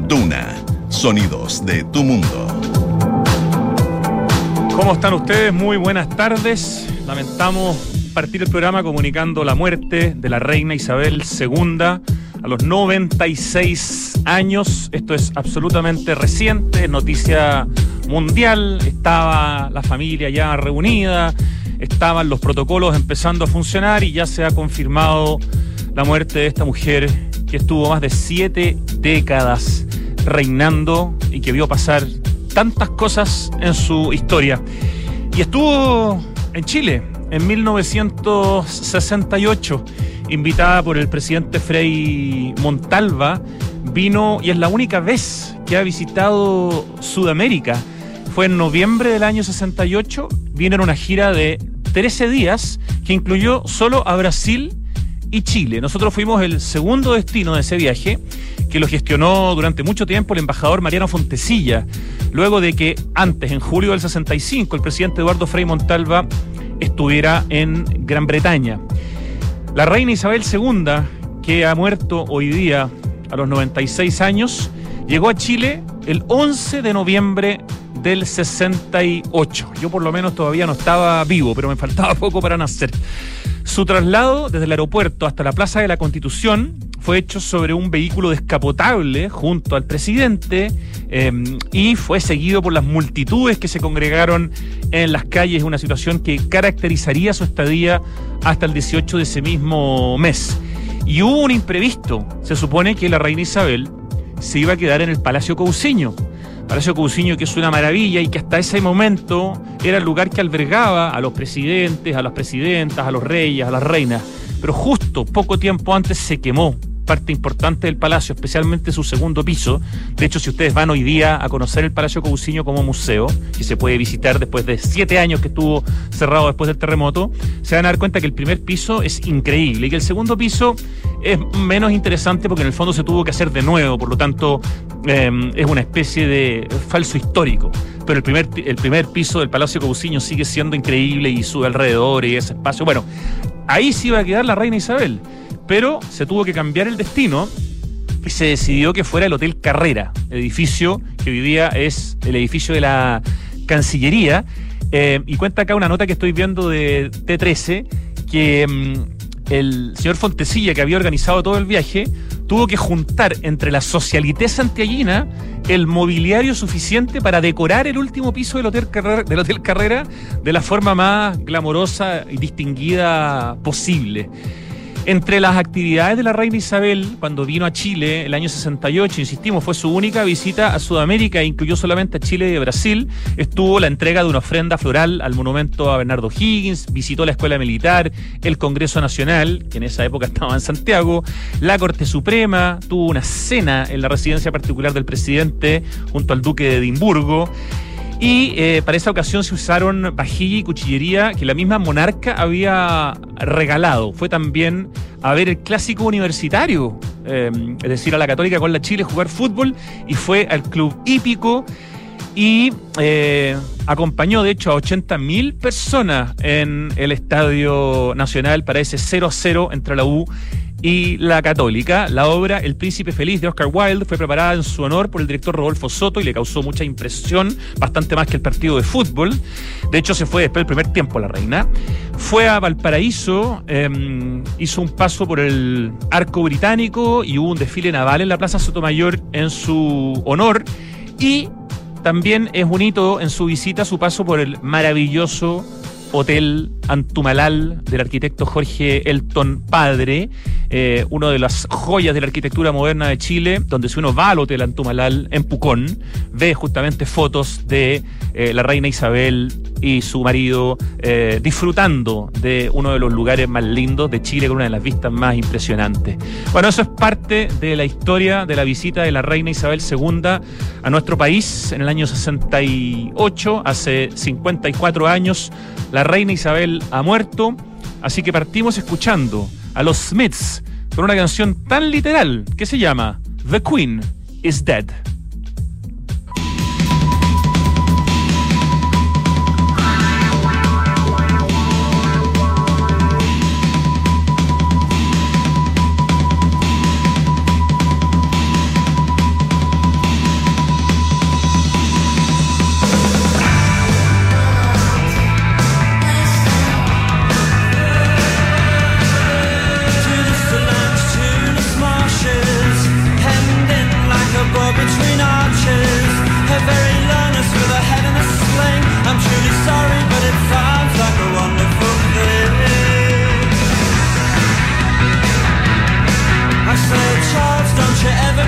Duna, sonidos de tu mundo. ¿Cómo están ustedes? Muy buenas tardes. Lamentamos partir el programa comunicando la muerte de la reina Isabel II a los 96 años. Esto es absolutamente reciente, noticia mundial. Estaba la familia ya reunida, estaban los protocolos empezando a funcionar y ya se ha confirmado la muerte de esta mujer que estuvo más de 7 décadas reinando y que vio pasar tantas cosas en su historia. Y estuvo en Chile en 1968, invitada por el presidente Frei Montalva. Vino y es la única vez que ha visitado Sudamérica. Fue en noviembre del año 68, vino en una gira de 13 días que incluyó solo a Brasil y Chile. Nosotros fuimos el segundo destino de ese viaje, que lo gestionó durante mucho tiempo el embajador Mariano Fontecilla, luego de que antes, en julio del 65, el presidente Eduardo Frei Montalva estuviera en Gran Bretaña. La reina Isabel II, que ha muerto hoy día a los 96 años, llegó a Chile el 11 de noviembre del 68. Yo por lo menos todavía no estaba vivo, pero me faltaba poco para nacer. Su traslado desde el aeropuerto hasta la Plaza de la Constitución fue hecho sobre un vehículo descapotable junto al presidente y fue seguido por las multitudes que se congregaron en las calles, una situación que caracterizaría su estadía hasta el 18 de ese mismo mes. Y hubo un imprevisto. Se supone que la reina Isabel se iba a quedar en el Palacio Cousiño. Palacio Cousiño, que es una maravilla y que hasta ese momento era el lugar que albergaba a los presidentes, a las presidentas, a los reyes, a las reinas. Pero justo poco tiempo antes se quemó parte importante del palacio, especialmente su segundo piso. De hecho, si ustedes van hoy día a conocer el Palacio Cousiño como museo, que se puede visitar después de 7 años que estuvo cerrado después del terremoto, se van a dar cuenta que el primer piso es increíble y que el segundo piso es menos interesante porque en el fondo se tuvo que hacer de nuevo, por lo tanto es una especie de falso histórico. Pero el primer piso del Palacio Cousiño sigue siendo increíble y su alrededor y ese espacio. Bueno, ahí sí iba a quedar la reina Isabel, pero se tuvo que cambiar el destino y se decidió que fuera el Hotel Carrera, edificio que hoy día es el edificio de la Cancillería. Y cuenta acá una nota que estoy viendo de T13 que el señor Fontecilla, que había organizado todo el viaje, tuvo que juntar entre la socialité santiaguina el mobiliario suficiente para decorar el último piso del Hotel Carrera de la forma más glamorosa y distinguida posible. Entre las actividades de la reina Isabel, cuando vino a Chile el año 68, insistimos, fue su única visita a Sudamérica, incluyó solamente a Chile y a Brasil, estuvo la entrega de una ofrenda floral al monumento a Bernardo Higgins, visitó la Escuela Militar, el Congreso Nacional, que en esa época estaba en Santiago, la Corte Suprema, tuvo una cena en la residencia particular del presidente junto al Duque de Edimburgo. Y para esa ocasión se usaron vajilla y cuchillería que la misma monarca había regalado. Fue también a ver el clásico universitario, es decir, a la Católica con la Chile, jugar fútbol, y fue al Club Hípico y acompañó de hecho a 80.000 personas en el Estadio Nacional para ese 0-0 entre la U y la Católica. La obra El Príncipe Feliz de Oscar Wilde fue preparada en su honor por el director Rodolfo Soto y le causó mucha impresión, bastante más que el partido de fútbol. De hecho, se fue después del primer tiempo la reina. Fue a Valparaíso, hizo un paso por el Arco Británico y hubo un desfile naval en la Plaza Sotomayor en su honor. Y también es un hito en su visita su paso por el maravilloso Hotel Antumalal del arquitecto Jorge Elton Padre, una de las joyas de la arquitectura moderna de Chile, donde si uno va al Hotel Antumalal en Pucón, ve justamente fotos de la reina Isabel y su marido disfrutando de uno de los lugares más lindos de Chile con una de las vistas más impresionantes. Bueno, eso es parte de la historia de la visita de la reina Isabel II a nuestro país en el año 68, hace 54 años. La reina Isabel ha muerto, así que partimos escuchando a los Smiths con una canción tan literal que se llama The Queen is Dead.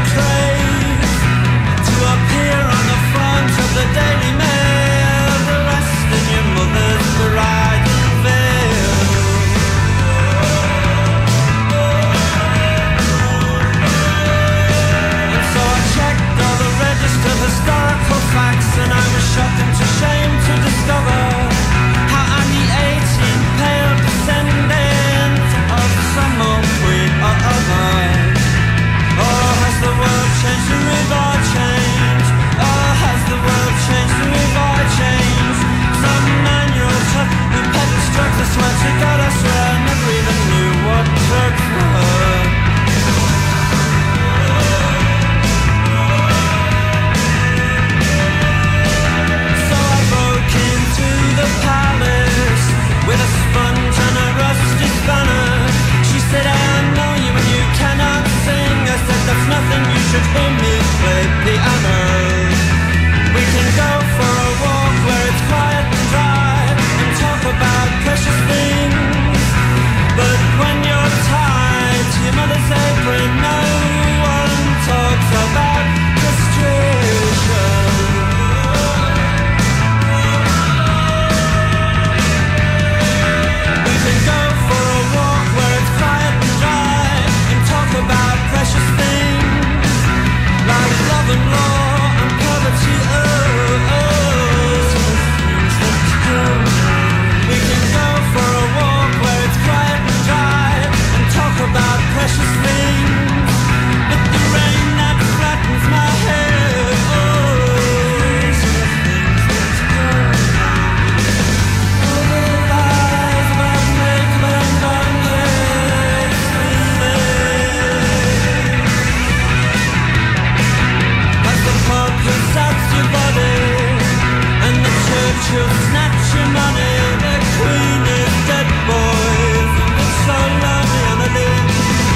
trays to appear on the front of the Daily Mail, dressed in your mother's bridal veil. And so I checked all the registered historical facts, and I was shocked into shame to discover how I'm the 18th pale descendant of some old queen or other. Oh, has the world changed and we've all changed? Oh, has the world changed and we've all changed? Some manual took and pedal struck the sweat to got us where I never even knew what Turks were. So I broke into the palace with a sponge and a rusty spanner. She said, I know you and you cannot sing. I said, that's nothing, you should hear me play piano. We can go for a walk where it's quiet and dry and talk about precious things. But when you're tied to your mother's apron, no one talks about frustration. We can go for a walk where it's quiet and dry and talk about precious things like love and law and poverty. We can go for a walk where it's quiet and dry and talk about precious things. But the rain that flattens my hair, all the lies about makeup and bondage. As the pub saps your body and the church will snatch your money, the queen is dead, boys, and it's so lonely on a lid.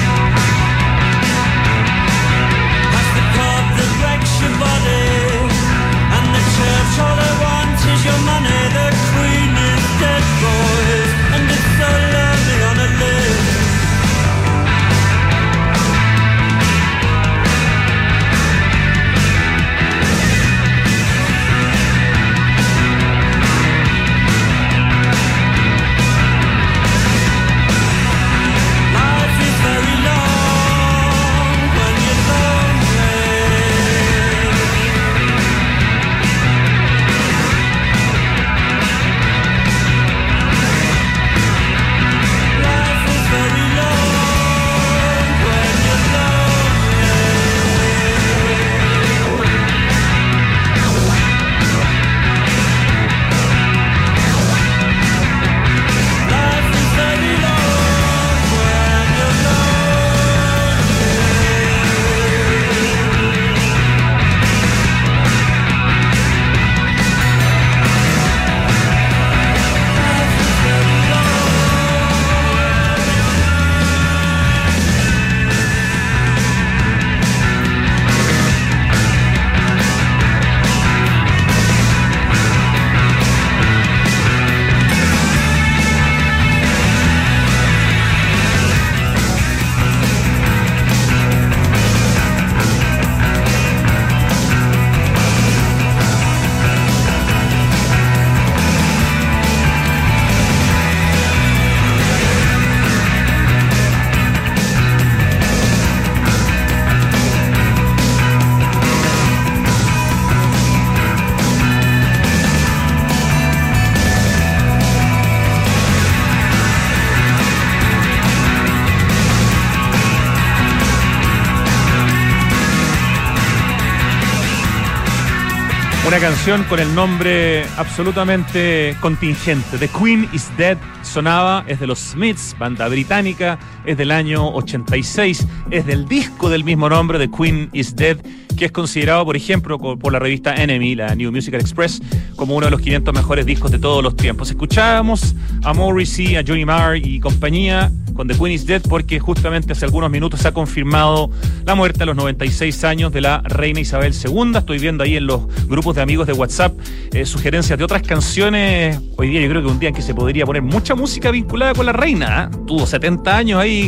As the pub that wrecks your body and the church, all they want is your money, the queen is dead, boys, and it's so lonely on a lid. Life is very long when you're lonely. Life is very long when you're lonely. Life is very long when you're Una canción con el nombre absolutamente contingente. The Queen is Dead sonaba, es de los Smiths, banda británica, es del año 86, es del disco del mismo nombre, The Queen is Dead, que es considerado, por ejemplo, por la revista Enemy, la New Musical Express, como uno de los 500 mejores discos de todos los tiempos. Escuchábamos a Morrissey, a Johnny Marr y compañía con The Queen is Dead porque justamente hace algunos minutos se ha confirmado la muerte a los 96 años de la reina Isabel II. Estoy viendo ahí en los grupos de amigos de WhatsApp sugerencias de otras canciones. Hoy día yo creo que un día en que se podría poner mucha música vinculada con la reina, ¿eh? Tuvo 70 años ahí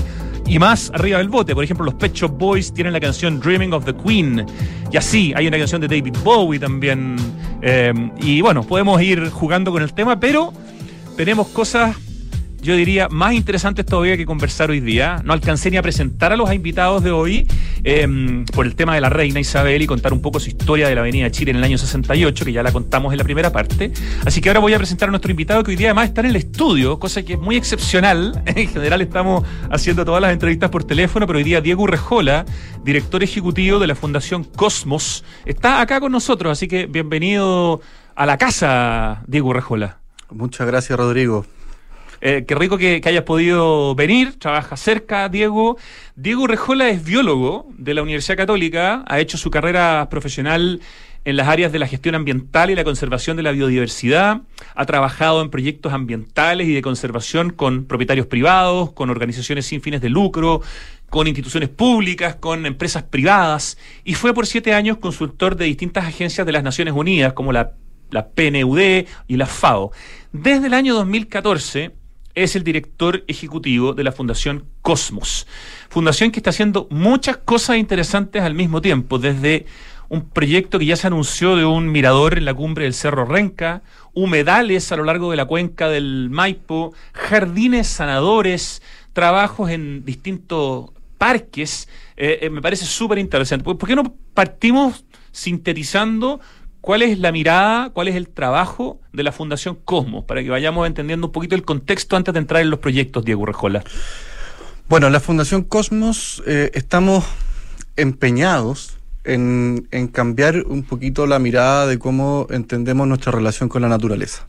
y más arriba del bote. Por ejemplo, los Pet Shop Boys tienen la canción Dreaming of the Queen, y así hay una canción de David Bowie también, y bueno, podemos ir jugando con el tema, pero tenemos cosas, yo diría, más interesantes todavía que conversar hoy día. No alcancé ni a presentar a los invitados de hoy por el tema de la reina Isabel y contar un poco su historia de la Avenida Chile en el año 68, que ya la contamos en la primera parte. Así que ahora voy a presentar a nuestro invitado, que hoy día además está en el estudio, cosa que es muy excepcional. En general estamos haciendo todas las entrevistas por teléfono, pero hoy día Diego Urrejola, director ejecutivo de la Fundación Cosmos, está acá con nosotros. Así que bienvenido a la casa, Diego Urrejola. Muchas gracias, Rodrigo. Qué rico que hayas podido venir, trabaja cerca, Diego. Diego Urrejola es biólogo de la Universidad Católica, ha hecho su carrera profesional en las áreas de la gestión ambiental y la conservación de la biodiversidad, ha trabajado en proyectos ambientales y de conservación con propietarios privados, con organizaciones sin fines de lucro, con instituciones públicas, con empresas privadas, y fue por 7 años consultor de distintas agencias de las Naciones Unidas, como la PNUD y la FAO. Desde el año 2014... es el director ejecutivo de la Fundación Cosmos. Fundación que está haciendo muchas cosas interesantes al mismo tiempo, desde un proyecto que ya se anunció de un mirador en la cumbre del Cerro Renca, humedales a lo largo de la cuenca del Maipo, jardines sanadores, trabajos en distintos parques. Me parece súper interesante. ¿Por qué no partimos sintetizando cuál es la mirada, cuál es el trabajo de la Fundación Cosmos, para que vayamos entendiendo un poquito el contexto antes de entrar en los proyectos, Diego Urrejola? Bueno, la Fundación Cosmos estamos empeñados en cambiar un poquito la mirada de cómo entendemos nuestra relación con la naturaleza.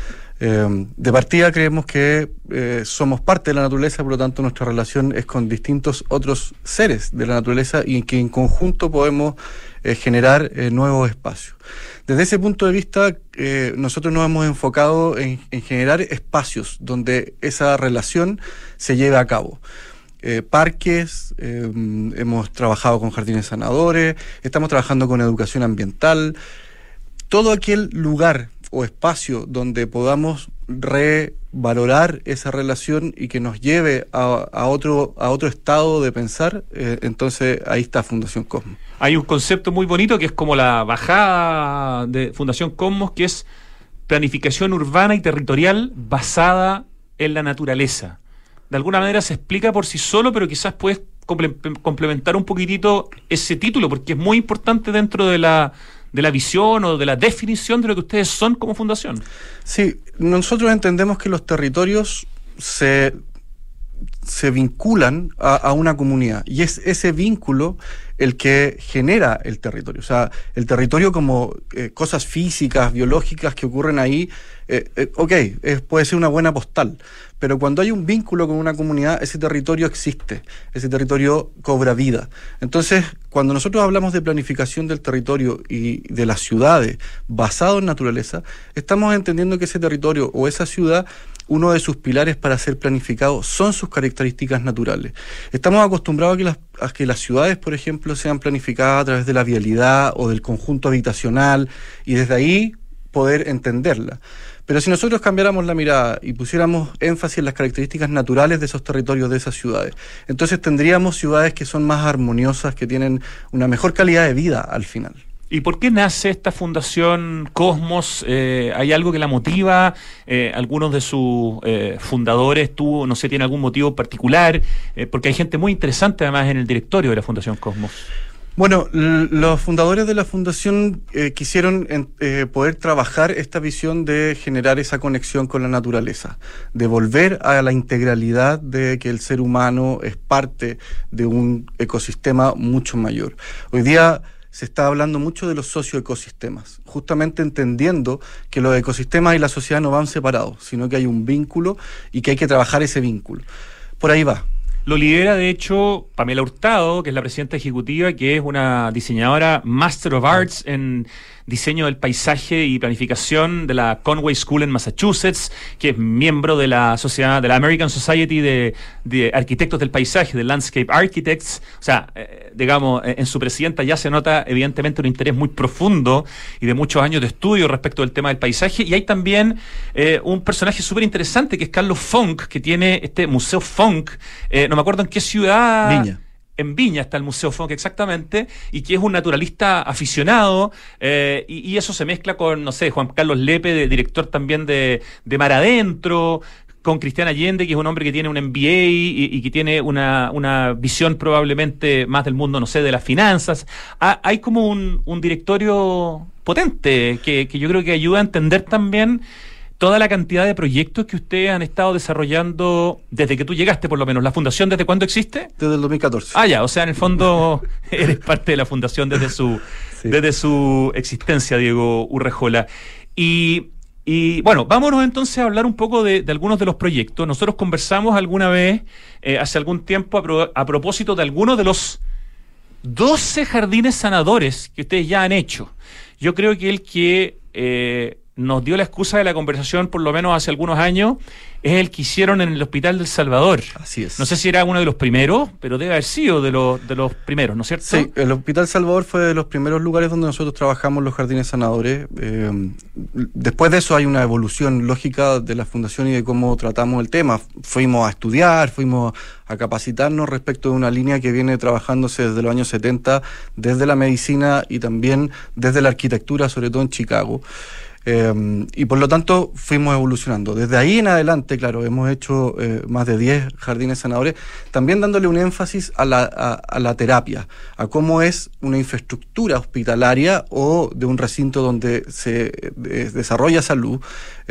De partida creemos que somos parte de la naturaleza, por lo tanto nuestra relación es con distintos otros seres de la naturaleza y que en conjunto podemos generar nuevos espacios. Desde ese punto de vista, nosotros nos hemos enfocado en generar espacios donde esa relación se lleve a cabo. Parques, hemos trabajado con jardines sanadores, estamos trabajando con educación ambiental, todo aquel lugar o espacio donde podamos revalorar esa relación y que nos lleve a otro estado de pensar, entonces ahí está Fundación Cosmos. Hay un concepto muy bonito que es como la bajada de Fundación Cosmos, que es planificación urbana y territorial basada en la naturaleza. De alguna manera se explica por sí solo, pero quizás puedes complementar un poquitito ese título, porque es muy importante dentro de la visión o de la definición de lo que ustedes son como fundación. Sí, nosotros entendemos que los territorios se vinculan a una comunidad, y es ese vínculo el que genera el territorio. O sea, el territorio como cosas físicas, biológicas que ocurren ahí, puede ser una buena postal, pero cuando hay un vínculo con una comunidad, ese territorio existe, ese territorio cobra vida. Entonces, cuando nosotros hablamos de planificación del territorio y de las ciudades basado en naturaleza, estamos entendiendo que ese territorio o esa ciudad, uno de sus pilares para ser planificado son sus características naturales. Estamos acostumbrados a que las ciudades, por ejemplo, sean planificadas a través de la vialidad o del conjunto habitacional, y desde ahí poder entenderla. Pero si nosotros cambiáramos la mirada y pusiéramos énfasis en las características naturales de esos territorios, de esas ciudades, entonces tendríamos ciudades que son más armoniosas, que tienen una mejor calidad de vida al final. ¿Y por qué nace esta Fundación Cosmos? ¿Hay algo que la motiva? ¿Algunos de sus fundadores tiene algún motivo particular? Porque hay gente muy interesante además en el directorio de la Fundación Cosmos. Bueno, los fundadores de la Fundación quisieron poder trabajar esta visión de generar esa conexión con la naturaleza, de volver a la integralidad de que el ser humano es parte de un ecosistema mucho mayor. Hoy día se está hablando mucho de los socioecosistemas, justamente entendiendo que los ecosistemas y la sociedad no van separados, sino que hay un vínculo y que hay que trabajar ese vínculo. Por ahí va. Lo lidera, de hecho, Pamela Hurtado, que es la presidenta ejecutiva, que es una diseñadora Master of Arts en diseño del paisaje y planificación de la Conway School en Massachusetts, que es miembro de la sociedad, de la American Society de Arquitectos del Paisaje, de Landscape Architects. O sea, digamos, en su presidenta ya se nota evidentemente un interés muy profundo y de muchos años de estudio respecto del tema del paisaje. Y hay también un personaje súper interesante que es Carlos Funk, que tiene este Museo Funk, no me acuerdo en qué ciudad. Viña. En Viña está el Museo Funk, exactamente, y que es un naturalista aficionado, y eso se mezcla con, no sé, Juan Carlos Lepe, director también de Mar Adentro, con Cristian Allende, que es un hombre que tiene un MBA y que tiene una visión probablemente más del mundo, no sé, de las finanzas. Hay como un directorio potente que yo creo que ayuda a entender también toda la cantidad de proyectos que ustedes han estado desarrollando desde que tú llegaste, por lo menos. ¿La fundación desde cuándo existe? Desde el 2014. Ah, ya, o sea, en el fondo eres parte de la fundación desde su existencia, Diego Urrejola. Y bueno, vámonos entonces a hablar un poco de algunos de los proyectos. Nosotros conversamos alguna vez, hace algún tiempo, a propósito de algunos de los 12 jardines sanadores que ustedes ya han hecho. Yo creo que el que nos dio la excusa de la conversación, por lo menos hace algunos años, es el que hicieron en el Hospital del Salvador. Así es. No sé si era uno de los primeros, pero debe haber sido de los primeros, ¿no es cierto? Sí, el Hospital Salvador fue de los primeros lugares donde nosotros trabajamos los jardines sanadores. Después de eso hay una evolución lógica de la fundación y de cómo tratamos el tema. Fuimos a estudiar, fuimos a capacitarnos respecto de una línea que viene trabajándose desde los años 70, desde la medicina y también desde la arquitectura, sobre todo en Chicago. Y por lo tanto fuimos evolucionando. Desde ahí en adelante, claro, hemos hecho más de 10 jardines sanadores, también dándole un énfasis a la terapia, a cómo es una infraestructura hospitalaria o de un recinto donde se desarrolla salud.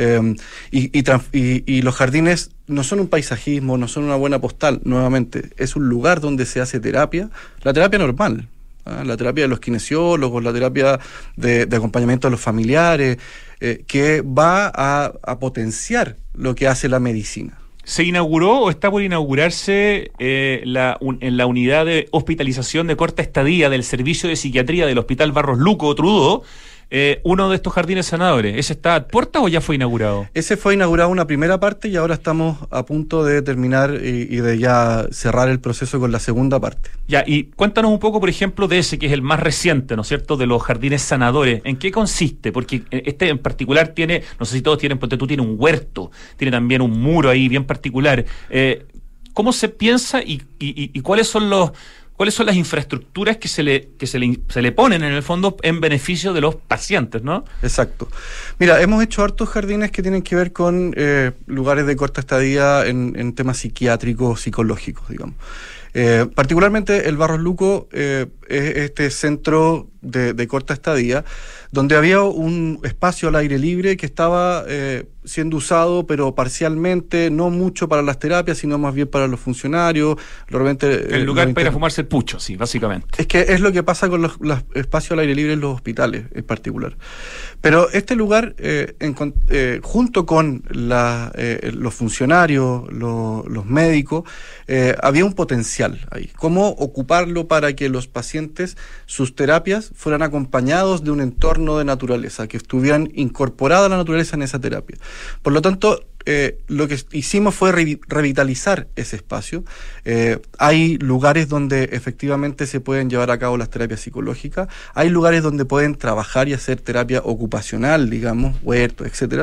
Y los jardines no son un paisajismo, no son una buena postal, nuevamente, es un lugar donde se hace terapia, la terapia normal. La terapia de los kinesiólogos, la terapia de acompañamiento a los familiares, que va a potenciar lo que hace la medicina. ¿Se inauguró o está por inaugurarse en la unidad de hospitalización de corta estadía del Servicio de Psiquiatría del Hospital Barros Luco, Trudó, uno de estos jardines sanadores? ¿Ese está a puertas o ya fue inaugurado? Ese fue inaugurado una primera parte y ahora estamos a punto de terminar y de ya cerrar el proceso con la segunda parte. Ya, y cuéntanos un poco, por ejemplo, de ese que es el más reciente, ¿no es cierto?, de los jardines sanadores. ¿En qué consiste? Porque este en particular tiene, no sé si todos tienen, porque tú tienes un huerto, tiene también un muro ahí bien particular. ¿Cómo se piensa y cuáles son las infraestructuras que se le ponen en el fondo en beneficio de los pacientes, ¿no? Exacto. Mira, hemos hecho hartos jardines que tienen que ver con lugares de corta estadía en temas psiquiátricos, psicológicos, digamos. Particularmente el Barros Luco es este centro de corta estadía, donde había un espacio al aire libre que estaba siendo usado, pero parcialmente, no mucho para las terapias, sino más bien para los funcionarios. El lugar para ir a fumarse el pucho, sí, básicamente. Es que es lo que pasa con los espacios al aire libre en los hospitales en particular. Pero este lugar, junto con los funcionarios, los médicos, había un potencial ahí. ¿Cómo ocuparlo para que los pacientes, sus terapias, fueran acompañados de un entorno de naturaleza, que estuvieran incorporada la naturaleza en esa terapia? Por lo tanto, lo que hicimos fue revitalizar ese espacio. Hay lugares donde efectivamente se pueden llevar a cabo las terapias psicológicas, hay lugares donde pueden trabajar y hacer terapia ocupacional, digamos, huertos, etcétera.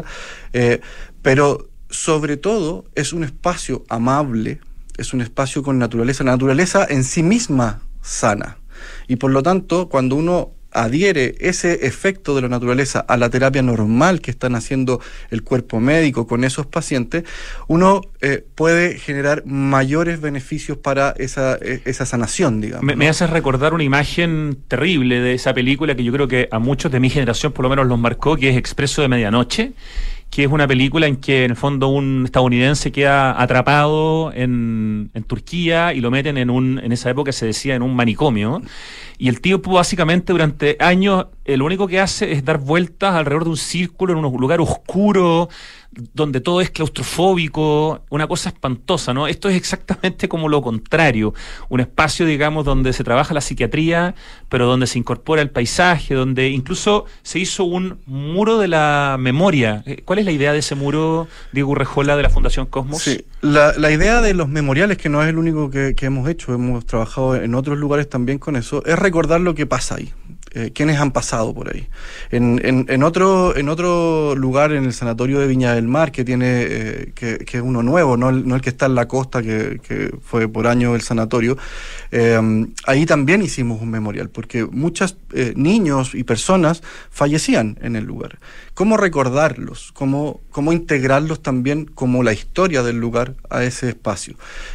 Pero sobre todo es un espacio amable, es un espacio con naturaleza. La naturaleza en sí misma sana. Y por lo tanto, cuando uno adhiere ese efecto de la naturaleza a la terapia normal que están haciendo el cuerpo médico con esos pacientes, uno puede generar mayores beneficios para esa sanación, digamos. Me haces recordar una imagen terrible de esa película que yo creo que a muchos de mi generación por lo menos los marcó, que es Expreso de Medianoche, que es una película en que en el fondo un estadounidense queda atrapado en Turquía y lo meten en esa época se decía en un manicomio, y el tipo básicamente durante años lo único que hace es dar vueltas alrededor de un círculo en un lugar oscuro donde todo es claustrofóbico, una cosa espantosa, ¿no? Esto es exactamente como lo contrario, un espacio, digamos, donde se trabaja la psiquiatría, pero donde se incorpora el paisaje, donde incluso se hizo un muro de la memoria. ¿Cuál es la idea de ese muro, Diego Urrejola, de la Fundación Cosmos? Sí, la idea de los memoriales, que no es el único que hemos hecho, hemos trabajado en otros lugares también con eso, es recordar lo que pasa ahí. Quiénes han pasado por ahí. En otro lugar, en el sanatorio de Viña del Mar, que tiene que es uno nuevo, no el que está en la costa, que fue por años el sanatorio, ahí también hicimos un memorial, porque muchos niños y personas fallecían en el lugar. ¿Cómo recordarlos? ¿Cómo integrarlos también como la historia del lugar a ese espacio?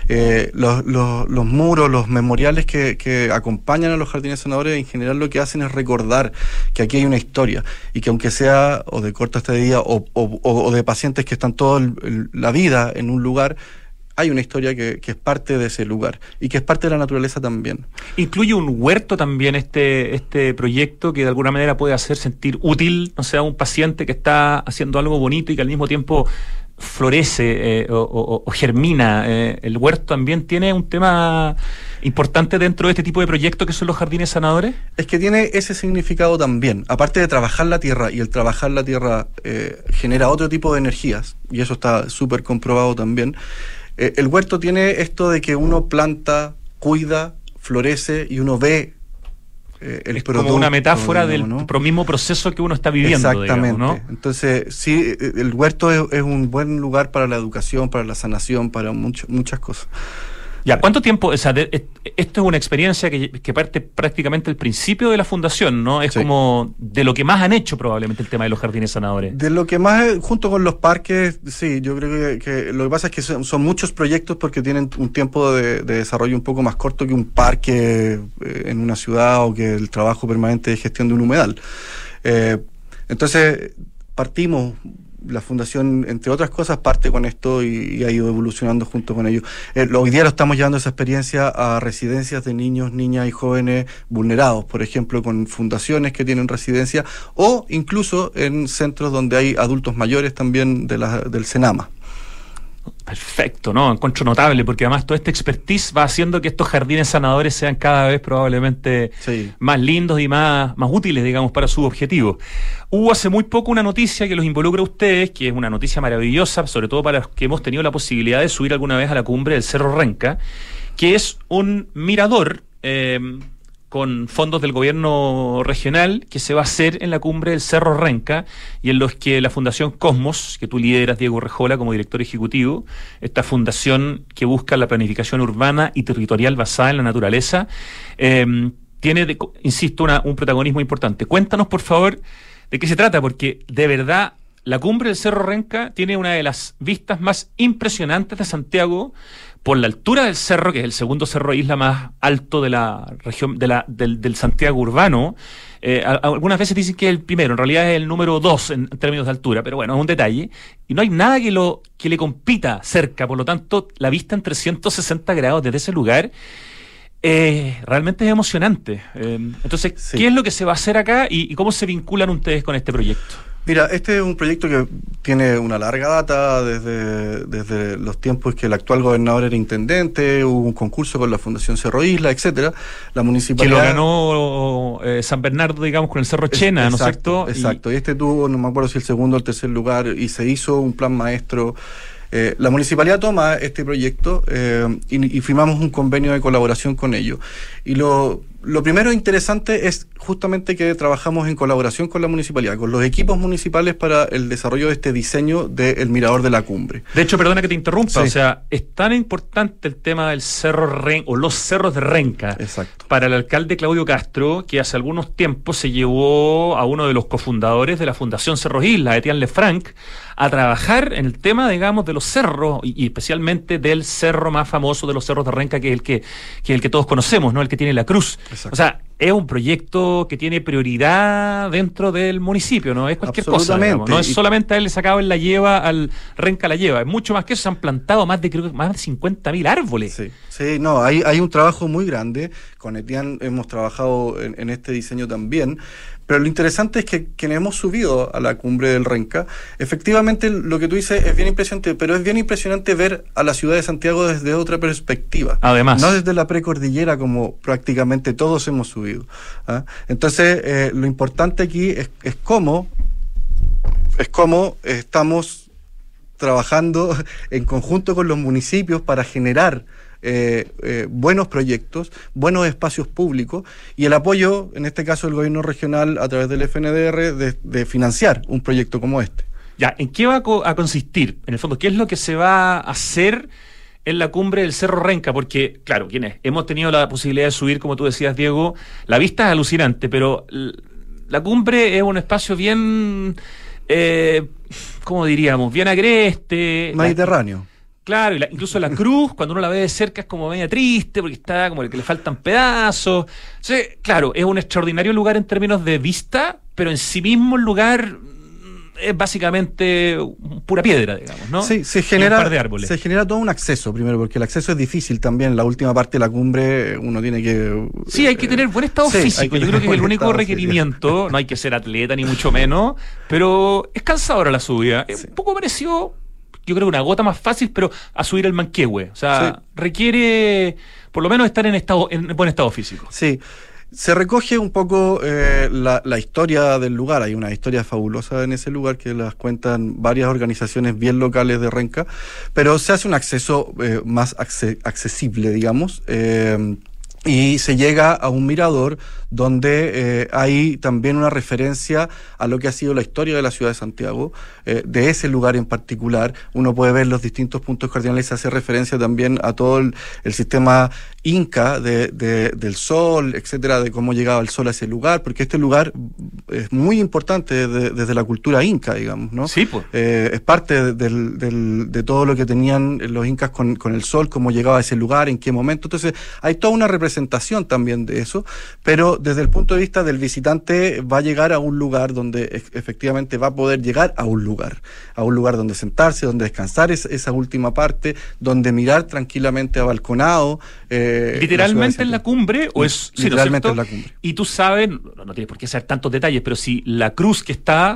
Los muros, los memoriales que acompañan a los jardines sanadores, en general lo que hacen es recordar que aquí hay una historia, y que aunque sea o de corta estadía o de pacientes que están toda la vida en un lugar, hay una historia que es parte de ese lugar y que es parte de la naturaleza también. Incluye un huerto también este proyecto, que de alguna manera puede hacer sentir útil, no sé, a un paciente que está haciendo algo bonito y que al mismo tiempo florece o germina. El huerto también tiene un tema importante dentro de este tipo de proyectos que son los jardines sanadores. Es que tiene ese significado también. Aparte de trabajar la tierra, y el trabajar la tierra genera otro tipo de energías, y eso está súper comprobado también. El huerto tiene esto de que uno planta, cuida, florece, y uno ve el es producto, como una metáfora del ¿no? mismo proceso que uno está viviendo. Exactamente, digamos, ¿no? Entonces sí, el huerto es un buen lugar para la educación, para la sanación, para muchas cosas. Ya, ¿cuánto tiempo? O sea, esto es una experiencia que parte prácticamente del principio de la fundación, ¿no? Es como de lo que más han hecho probablemente el tema de los jardines sanadores. De lo que más, junto con los parques, sí, yo creo que lo que pasa es que son muchos proyectos, porque tienen un tiempo de desarrollo un poco más corto que un parque en una ciudad, o que el trabajo permanente de gestión de un humedal. Entonces, partimos. La fundación, entre otras cosas, parte con esto y ha ido evolucionando junto con ellos. Hoy día lo estamos llevando esa experiencia a residencias de niños, niñas y jóvenes vulnerados, por ejemplo, con fundaciones que tienen residencia, o incluso en centros donde hay adultos mayores también del Senama. Perfecto, ¿no? Encuentro notable, porque además toda esta expertise va haciendo que estos jardines sanadores sean cada vez probablemente más lindos y más útiles, digamos, para su objetivo. Hubo hace muy poco una noticia que los involucra a ustedes, que es una noticia maravillosa, sobre todo para los que hemos tenido la posibilidad de subir alguna vez a la cumbre del Cerro Renca, que es un mirador con fondos del gobierno regional, que se va a hacer en la cumbre del Cerro Renca, y en los que la Fundación Cosmos, que tú lideras, Diego Urrejola, como director ejecutivo, esta fundación que busca la planificación urbana y territorial basada en la naturaleza, tiene, insisto, un protagonismo importante. Cuéntanos, por favor, de qué se trata, porque de verdad la cumbre del Cerro Renca tiene una de las vistas más impresionantes de Santiago, por la altura del cerro, que es el segundo cerro isla más alto de la región del Santiago urbano. Algunas veces dicen que es el primero, en realidad es el número 2 en términos de altura, pero bueno, es un detalle. Y no hay nada que le compita cerca, por lo tanto, la vista en 360 grados desde ese lugar realmente es emocionante. Entonces, ¿qué es lo que se va a hacer acá y cómo se vinculan ustedes con este proyecto? Mira, este es un proyecto que tiene una larga data, desde los tiempos que el actual gobernador era intendente. Hubo un concurso con la Fundación Cerro Isla, etcétera. La municipalidad, que lo ganó San Bernardo, digamos, con el Cerro Chena, ¿no es cierto? Exacto, y este tuvo, no me acuerdo si el segundo o el tercer lugar, y se hizo un plan maestro. La municipalidad toma este proyecto y firmamos un convenio de colaboración con ellos. Y lo primero interesante es justamente que trabajamos en colaboración con la municipalidad, con los equipos municipales, para el desarrollo de este diseño del mirador de la cumbre. De hecho, perdona que te interrumpa, o sea, es tan importante el tema del Cerro o los cerros de Renca. Exacto. Para el alcalde Claudio Castro, que hace algunos tiempos se llevó a uno de los cofundadores de la Fundación Cerros Isla, Etienne Lefranc, a trabajar en el tema, digamos, de los cerros, y especialmente del cerro más famoso de los cerros de Renca, que es el que todos conocemos, ¿no? El que tiene la cruz. Exacto. O sea, es un proyecto que tiene prioridad dentro del municipio, no es cualquier cosa, digamos. No es solamente haberle sacado en la lleva al Renca la lleva, es mucho más que eso. Se han plantado más de 50.000 árboles. Sí, no, hay un trabajo muy grande. Con Etienne hemos trabajado en este diseño también. Pero lo interesante es que quienes hemos subido a la cumbre del Renca, efectivamente lo que tú dices es bien impresionante, pero es bien impresionante ver a la ciudad de Santiago desde otra perspectiva. Además. No desde la precordillera como prácticamente todos hemos subido. ¿Ah? Entonces, lo importante aquí es cómo estamos trabajando en conjunto con los municipios para generar buenos proyectos, buenos espacios públicos y el apoyo, en este caso del gobierno regional a través del FNDR, de financiar un proyecto como este. Ya, ¿en qué va a consistir? En el fondo, ¿qué es lo que se va a hacer en la cumbre del Cerro Renca? Porque, claro, ¿quiénes? Hemos tenido la posibilidad de subir, como tú decías, Diego, la vista es alucinante, pero la cumbre es un espacio bien, ¿cómo diríamos? Bien agreste. Mediterráneo. Claro, incluso la cruz, cuando uno la ve de cerca, es como media triste, porque está como el que le faltan pedazos. Entonces, claro, es un extraordinario lugar en términos de vista, pero en sí mismo el lugar es básicamente pura piedra, digamos, ¿no? Sí, se genera todo un acceso, primero, porque el acceso es difícil también. La última parte de la cumbre uno tiene que... Sí, hay que tener buen estado físico. Yo creo que es el único requerimiento. No hay que ser atleta, ni mucho menos, pero es cansadora la subida. Es un poco parecido... Yo creo que una gota más fácil, pero a subir el Manquehue. O sea, requiere por lo menos estar en buen estado físico. Sí. Se recoge un poco la historia del lugar. Hay una historia fabulosa en ese lugar que las cuentan varias organizaciones bien locales de Renca, pero se hace un acceso más accesible, digamos, y se llega a un mirador donde hay también una referencia a lo que ha sido la historia de la ciudad de Santiago, de ese lugar en particular. Uno puede ver los distintos puntos cardinales, se hace referencia también a todo el sistema inca del sol, etcétera, de cómo llegaba el sol a ese lugar, porque este lugar es muy importante desde la cultura inca, digamos, ¿no? Sí, pues. Es parte de todo lo que tenían los incas con el sol, cómo llegaba a ese lugar, en qué momento. Entonces, hay toda una representación también de eso, pero desde el punto de vista del visitante va a llegar a un lugar donde efectivamente va a poder llegar a un lugar donde sentarse, donde descansar esa última parte, donde mirar tranquilamente a balconado. ¿Literalmente en la cumbre? ¿O es literalmente en la cumbre? Y tú sabes, no tienes por qué saber tantos detalles, pero si la cruz que está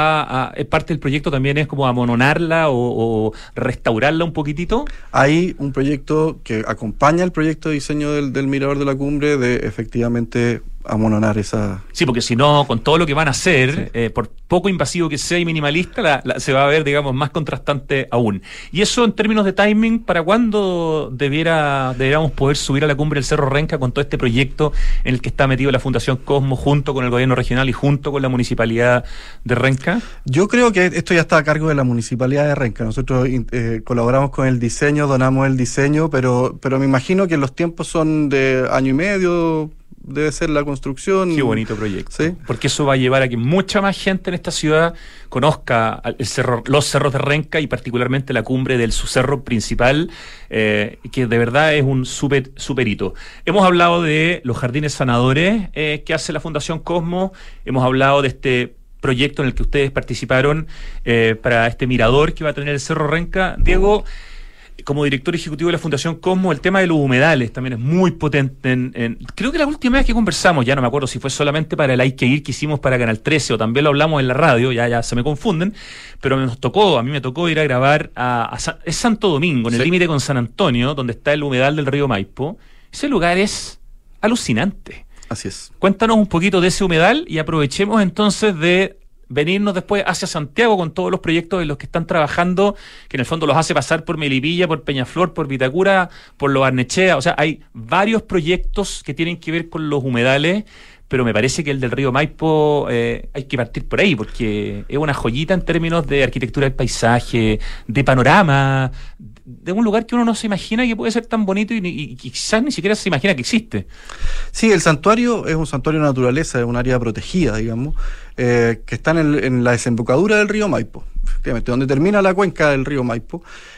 es parte del proyecto, también es como amononarla o restaurarla un poquitito. Hay un proyecto que acompaña el proyecto de diseño del mirador de la cumbre, de efectivamente amononar esa... Sí, porque si no, con todo lo que van a hacer, por poco invasivo que sea y minimalista, se va a ver, digamos, más contrastante aún. Y eso en términos de timing, ¿para cuándo deberíamos poder subir a la cumbre del Cerro Renca con todo este proyecto en el que está metido la Fundación Cosmo junto con el gobierno regional y junto con la municipalidad de Renca? Yo creo que esto ya está a cargo de la municipalidad de Renca. Nosotros colaboramos con el diseño, donamos el diseño, pero me imagino que los tiempos son de año y medio... Debe ser la construcción. Qué bonito proyecto. ¿Sí? Porque eso va a llevar a que mucha más gente en esta ciudad conozca los cerros de Renca y particularmente la cumbre del su cerro principal, que de verdad es un súper hito. Hemos hablado de los jardines sanadores que hace la Fundación Cosmo. Hemos hablado de este proyecto en el que ustedes participaron para este mirador que va a tener el Cerro Renca. Diego, como director ejecutivo de la Fundación Cosmo, el tema de los humedales también es muy potente. Creo que la última vez que conversamos, ya no me acuerdo si fue solamente para el Hay que Ir que hicimos para Canal 13 o también lo hablamos en la radio, ya se me confunden, pero a mí me tocó ir a grabar es Santo Domingo, en el límite con San Antonio, donde está el humedal del río Maipo. Ese lugar es alucinante. Así es. Cuéntanos un poquito de ese humedal y aprovechemos entonces de venirnos después hacia Santiago con todos los proyectos en los que están trabajando, que en el fondo los hace pasar por Melipilla, por Peñaflor, por Vitacura, por Lo Barnechea. O sea, hay varios proyectos que tienen que ver con los humedales, pero me parece que el del río Maipo hay que partir por ahí, porque es una joyita en términos de arquitectura del paisaje, de panorama, de un lugar que uno no se imagina que puede ser tan bonito y quizás ni siquiera se imagina que existe. Sí, el santuario es un santuario de naturaleza, es un área protegida, digamos, que está en la desembocadura del río Maipo, efectivamente, donde termina la cuenca del río Maipo.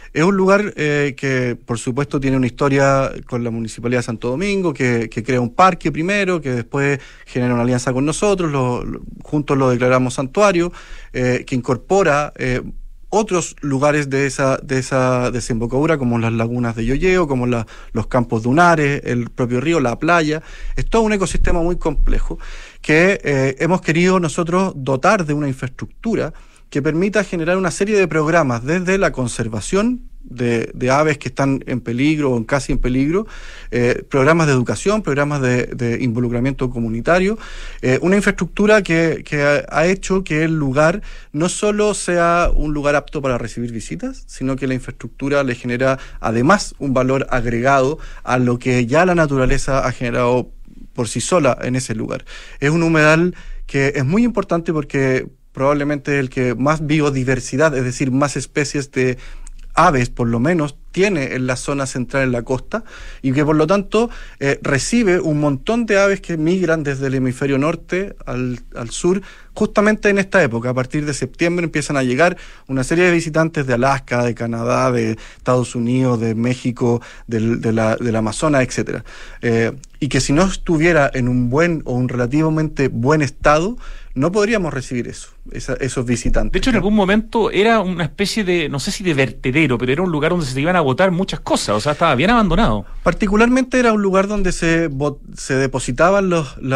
Es un lugar que, por supuesto, tiene una historia con la Municipalidad de Santo Domingo, que crea un parque primero, que después genera una alianza con nosotros, juntos lo declaramos santuario, que incorpora otros lugares de esa desembocadura, como las lagunas de Llolleo, como los campos dunares, el propio río, la playa. Es todo un ecosistema muy complejo que hemos querido nosotros dotar de una infraestructura que permita generar una serie de programas desde la conservación de aves que están en peligro o casi en peligro, programas de educación, programas de involucramiento comunitario, una infraestructura que ha hecho que el lugar no solo sea un lugar apto para recibir visitas, sino que la infraestructura le genera además un valor agregado a lo que ya la naturaleza ha generado por sí sola en ese lugar. Es un humedal que es muy importante porque probablemente es el que más biodiversidad, es decir, más especies de aves, por lo menos, tiene en la zona central, en la costa, y que por lo tanto recibe un montón de aves que migran desde el hemisferio norte al sur, justamente en esta época. A partir de septiembre empiezan a llegar una serie de visitantes de Alaska, de Canadá, de Estados Unidos, de México, del Amazonas, etcétera. Y que si no estuviera en un buen o un relativamente buen estado, no podríamos recibir esos visitantes. De hecho, en algún momento era una especie de, no sé si de vertedero, pero era un lugar donde se iban a botar muchas cosas, o sea, estaba bien abandonado. Particularmente era un lugar donde se depositaban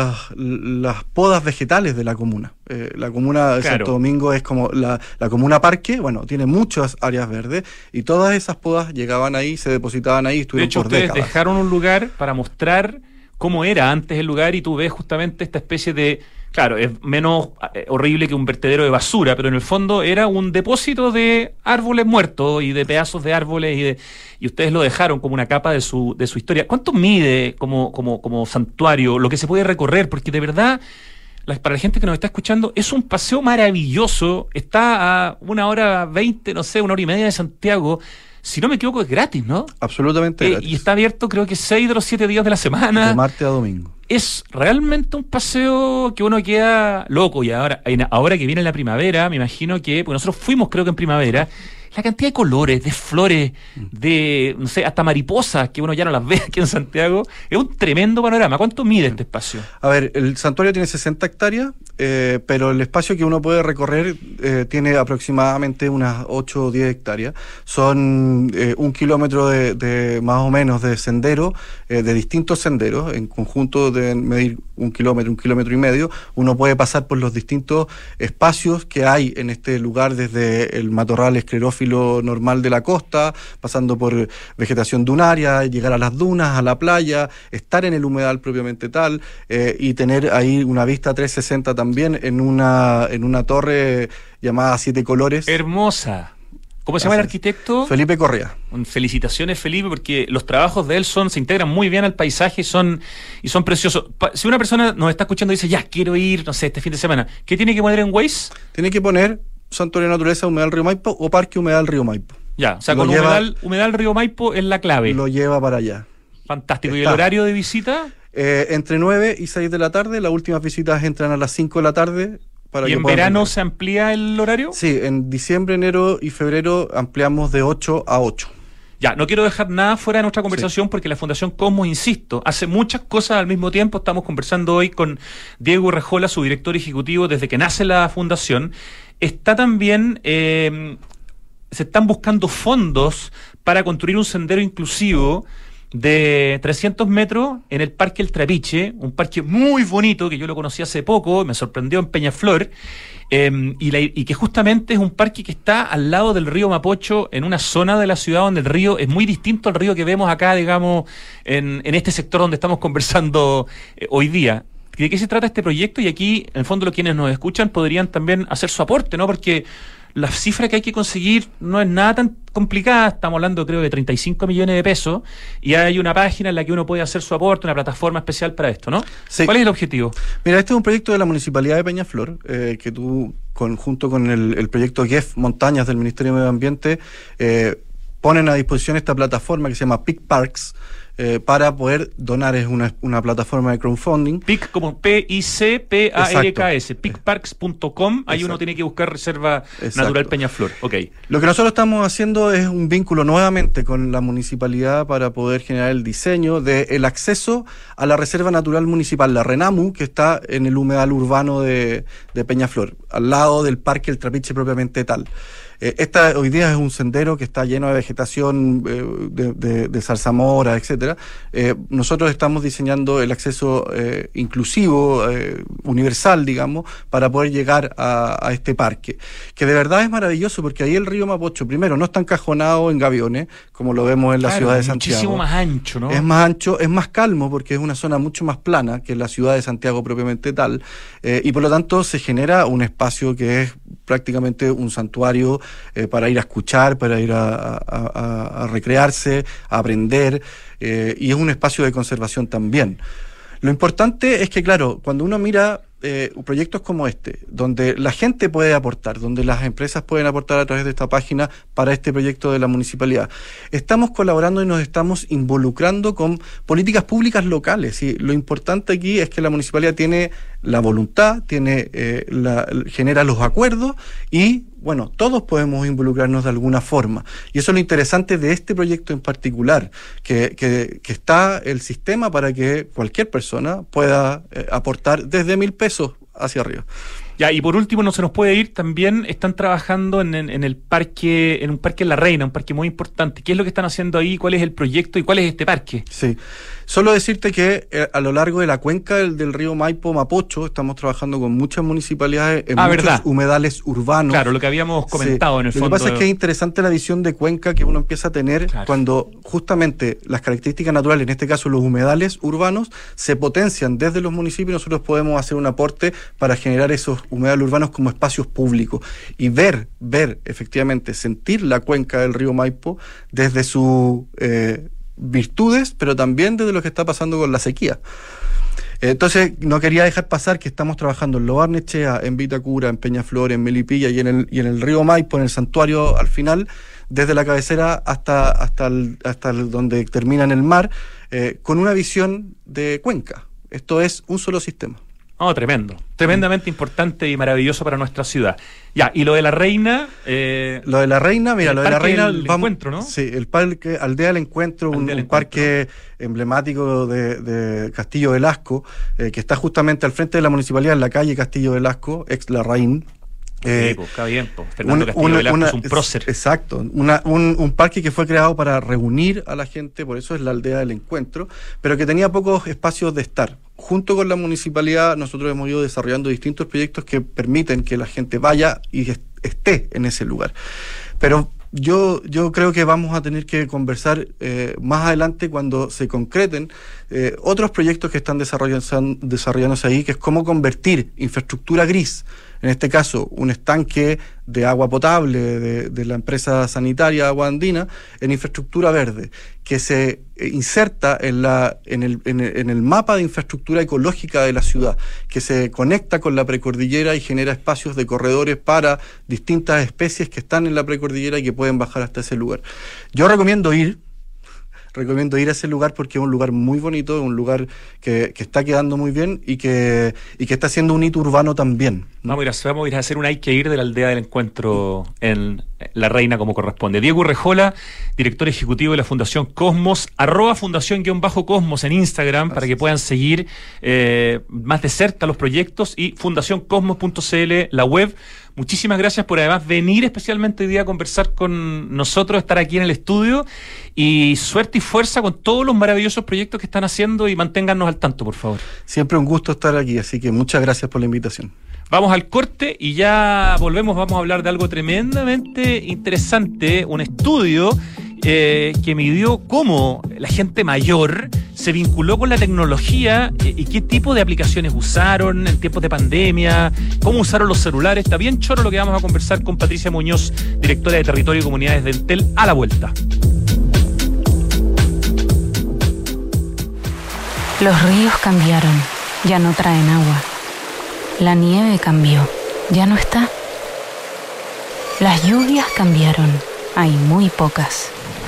las podas vegetales de la comuna. La comuna de Santo Domingo es como la comuna parque, bueno, tiene muchas áreas verdes, y todas esas podas llegaban ahí, se depositaban ahí, estuvieron por décadas. De hecho, ustedes dejaron un lugar para mostrar cómo era antes el lugar, y tú ves justamente esta especie de... Claro, es menos horrible que un vertedero de basura, pero en el fondo era un depósito de árboles muertos y de pedazos de árboles, y ustedes lo dejaron como una capa de su historia. ¿Cuánto mide como santuario lo que se puede recorrer? Porque de verdad, para la gente que nos está escuchando, es un paseo maravilloso. Está a 1:20, no sé, 1:30 de Santiago. Si no me equivoco, es gratis, ¿no? Absolutamente gratis. Y está abierto, creo que 6 de los 7 días de la semana. De martes a domingo. Es realmente un paseo que uno queda loco. Y ahora que viene la primavera, me imagino que... Porque nosotros fuimos, creo que en primavera... La cantidad de colores, de flores, de, no sé, hasta mariposas, que uno ya no las ve aquí en Santiago, es un tremendo panorama. ¿Cuánto mide este espacio? A ver, el santuario tiene 60 hectáreas, pero el espacio que uno puede recorrer tiene aproximadamente unas 8 o 10 hectáreas. Son 1 kilómetro de más o menos de sendero, de distintos senderos. En conjunto deben medir 1 kilómetro y medio. Uno puede pasar por los distintos espacios que hay en este lugar, desde el matorral esclerófilo normal de la costa, pasando por vegetación dunaria, llegar a las dunas, a la playa, estar en el humedal propiamente tal, y tener ahí una vista 360 también en una torre llamada Siete Colores. Hermosa. ¿Cómo se llama el arquitecto? Felipe Correa. Felicitaciones, Felipe, porque los trabajos de él se integran muy bien al paisaje y son preciosos. Si una persona nos está escuchando y dice, ya, quiero ir, no sé, este fin de semana, ¿qué tiene que poner en Waze? Tiene que poner Santuario de Naturaleza Humedal Río Maipo o Parque Humedal Río Maipo. Ya, o sea, con humedal Río Maipo es la clave. Lo lleva para allá. Fantástico. ¿Y el horario de visita? Entre 9 y 6 de la tarde. Las últimas visitas entran a las 5 de la tarde. ¿Y en verano se amplía el horario? Sí, en diciembre, enero y febrero ampliamos de 8 a 8. Ya, no quiero dejar nada fuera de nuestra conversación, porque la Fundación Cosmos, insisto, hace muchas cosas al mismo tiempo. Estamos conversando hoy con Diego Urrejola, su director ejecutivo desde que nace la fundación. Está también, se están buscando fondos para construir un sendero inclusivo de 300 metros en el Parque El Trapiche, un parque muy bonito que yo lo conocí hace poco, me sorprendió en Peñaflor, y que justamente es un parque que está al lado del río Mapocho, en una zona de la ciudad donde el río es muy distinto al río que vemos acá, digamos, en este sector donde estamos conversando hoy día. ¿De qué se trata este proyecto? Y aquí, en el fondo, los quienes nos escuchan podrían también hacer su aporte, ¿no? Porque la cifra que hay que conseguir no es nada tan complicada. Estamos hablando, creo, de 35 millones de pesos, y hay una página en la que uno puede hacer su aporte, una plataforma especial para esto, ¿no? Sí. ¿Cuál es el objetivo? Mira, este es un proyecto de la Municipalidad de Peñaflor, que tú, junto con el proyecto GEF Montañas del Ministerio de Medio Ambiente, ponen a disposición esta plataforma que se llama PicParks, para poder donar. Es una plataforma de crowdfunding. PIC como PICPARKS, Exacto. picparks.com, ahí uno Exacto. tiene que buscar Reserva Exacto. Natural Peñaflor. Ok. Lo que nosotros estamos haciendo es un vínculo nuevamente con la municipalidad para poder generar el diseño del acceso a la Reserva Natural Municipal, la RENAMU, que está en el humedal urbano de Peñaflor, al lado del Parque El Trapiche propiamente tal. Esta hoy día es un sendero que está lleno de vegetación, de zarzamora, etcétera. Nosotros estamos diseñando el acceso inclusivo, universal, digamos, para poder llegar a este parque, que de verdad es maravilloso, porque ahí el río Mapocho, primero, no está encajonado en gaviones, como lo vemos en la ciudad de Santiago. Muchísimo más ancho, ¿no? Es más ancho, es más calmo, porque es una zona mucho más plana que la ciudad de Santiago propiamente tal, y por lo tanto se genera un espacio que es prácticamente un santuario para ir a escuchar, para ir a recrearse, a aprender, y es un espacio de conservación también. Lo importante es que, claro, cuando uno mira proyectos como este, donde la gente puede aportar, donde las empresas pueden aportar a través de esta página para este proyecto de la municipalidad, estamos colaborando y nos estamos involucrando con políticas públicas locales. Y lo importante aquí es que la municipalidad tiene la voluntad, genera los acuerdos y, bueno, todos podemos involucrarnos de alguna forma. Y eso es lo interesante de este proyecto en particular, que está el sistema para que cualquier persona pueda aportar desde 1.000 pesos hacia arriba. Ya, y por último, no se nos puede ir, también están trabajando en el parque, en un parque en La Reina, un parque muy importante. ¿Qué es lo que están haciendo ahí? ¿Cuál es el proyecto y cuál es este parque? Sí, solo decirte que a lo largo de la cuenca del río Maipo-Mapocho estamos trabajando con muchas municipalidades en muchos ¿verdad? Humedales urbanos. Claro, lo que habíamos comentado en el fondo. Lo que pasa es que es interesante la visión de cuenca que uno empieza a tener cuando justamente las características naturales, en este caso los humedales urbanos, se potencian desde los municipios y nosotros podemos hacer un aporte para generar esos humedales urbanos como espacios públicos y ver efectivamente, sentir la cuenca del río Maipo desde sus virtudes, pero también desde lo que está pasando con la sequía. Entonces, no quería dejar pasar que estamos trabajando en Lo Barnechea, en Vitacura, en Peñaflor, en Melipilla y en el río Maipo, en el santuario al final, desde la cabecera hasta donde termina en el mar, con una visión de cuenca. Esto es un solo sistema. Oh, tremendo. Tremendamente importante y maravilloso para nuestra ciudad. Ya, y lo de La Reina... lo de La Reina, mira, lo de La Reina... El encuentro, ¿no? Sí, el parque Aldea del Encuentro, un parque emblemático de Castillo de Lasco, que está justamente al frente de la municipalidad, en la calle Castillo de Lasco, ex Larraín. Está bien, Fernando Castillo Velasco es un prócer. Exacto, un parque que fue creado para reunir a la gente, por eso es la Aldea del Encuentro, pero que tenía pocos espacios de estar. Junto con la municipalidad nosotros hemos ido desarrollando distintos proyectos que permiten que la gente vaya y esté en ese lugar. Pero yo creo que vamos a tener que conversar más adelante cuando se concreten otros proyectos que están desarrollándose ahí, que es cómo convertir infraestructura gris, en este caso un estanque de agua potable de la empresa sanitaria Agua Andina, en infraestructura verde, que se inserta en el mapa de infraestructura ecológica de la ciudad, que se conecta con la precordillera y genera espacios de corredores para distintas especies que están en la precordillera y que pueden bajar hasta ese lugar. Yo recomiendo ir a ese lugar porque es un lugar muy bonito, es un lugar que está quedando muy bien y que está siendo un hito urbano también. Vamos a ir a hacer un hay que ir de la Aldea del Encuentro en La Reina como corresponde. Diego Urrejola, director ejecutivo de la Fundación Cosmos, @fundación_cosmos en Instagram, para que puedan seguir más de cerca los proyectos, y fundacioncosmos.cl, la web. Muchísimas gracias por además venir especialmente hoy día a conversar con nosotros, estar aquí en el estudio, y suerte y fuerza con todos los maravillosos proyectos que están haciendo, y manténgannos al tanto, por favor. Siempre un gusto estar aquí, así que muchas gracias por la invitación. Vamos al corte y ya volvemos. Vamos a hablar de algo tremendamente interesante, un estudio que midió cómo la gente mayor se vinculó con la tecnología y qué tipo de aplicaciones usaron en tiempos de pandemia, cómo usaron los celulares. Está bien choro lo que vamos a conversar con Patricia Muñoz, directora de Territorio y Comunidades de Entel, a la vuelta. Los ríos cambiaron, ya no traen agua. La nieve cambió, ya no está. Las lluvias cambiaron, hay muy pocas.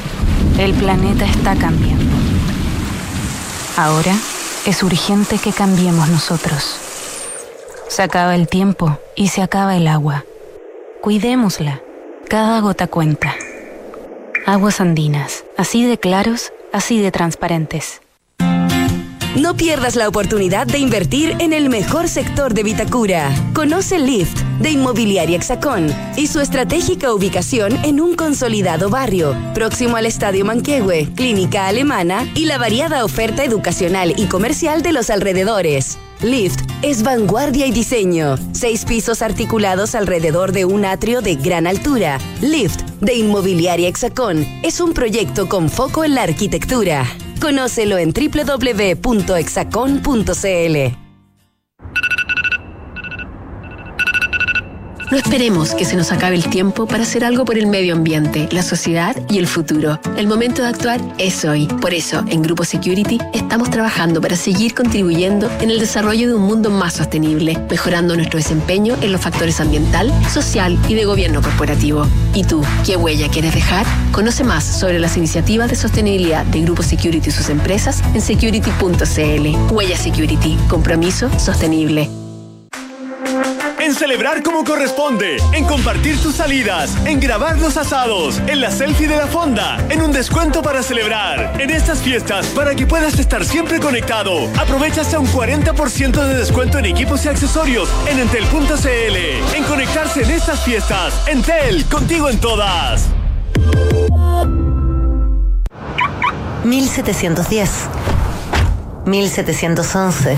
El planeta está cambiando. Ahora es urgente que cambiemos nosotros. Se acaba el tiempo y se acaba el agua. Cuidémosla. Cada gota cuenta. Aguas Andinas. Así de claros, así de transparentes. No pierdas la oportunidad de invertir en el mejor sector de Vitacura. Conoce Lift, de Inmobiliaria Hexacón, y su estratégica ubicación en un consolidado barrio, próximo al Estadio Manquehue, Clínica Alemana y la variada oferta educacional y comercial de los alrededores. Lift es vanguardia y diseño. 6 pisos articulados alrededor de un atrio de gran altura. Lift, de Inmobiliaria Hexacón, es un proyecto con foco en la arquitectura. Conócelo en www.hexacon.cl. No esperemos que se nos acabe el tiempo para hacer algo por el medio ambiente, la sociedad y el futuro. El momento de actuar es hoy. Por eso, en Grupo Security, estamos trabajando para seguir contribuyendo en el desarrollo de un mundo más sostenible, mejorando nuestro desempeño en los factores ambiental, social y de gobierno corporativo. ¿Y tú, qué huella quieres dejar? Conoce más sobre las iniciativas de sostenibilidad de Grupo Security y sus empresas en security.cl. Huella Security. Compromiso sostenible. En celebrar como corresponde, en compartir tus salidas, en grabar los asados, en la selfie de la fonda, en un descuento para celebrar. En estas fiestas, para que puedas estar siempre conectado, aprovecha hasta un 40% de descuento en equipos y accesorios en entel.cl. En conectarse en estas fiestas, Entel, contigo en todas. 1710, 1711,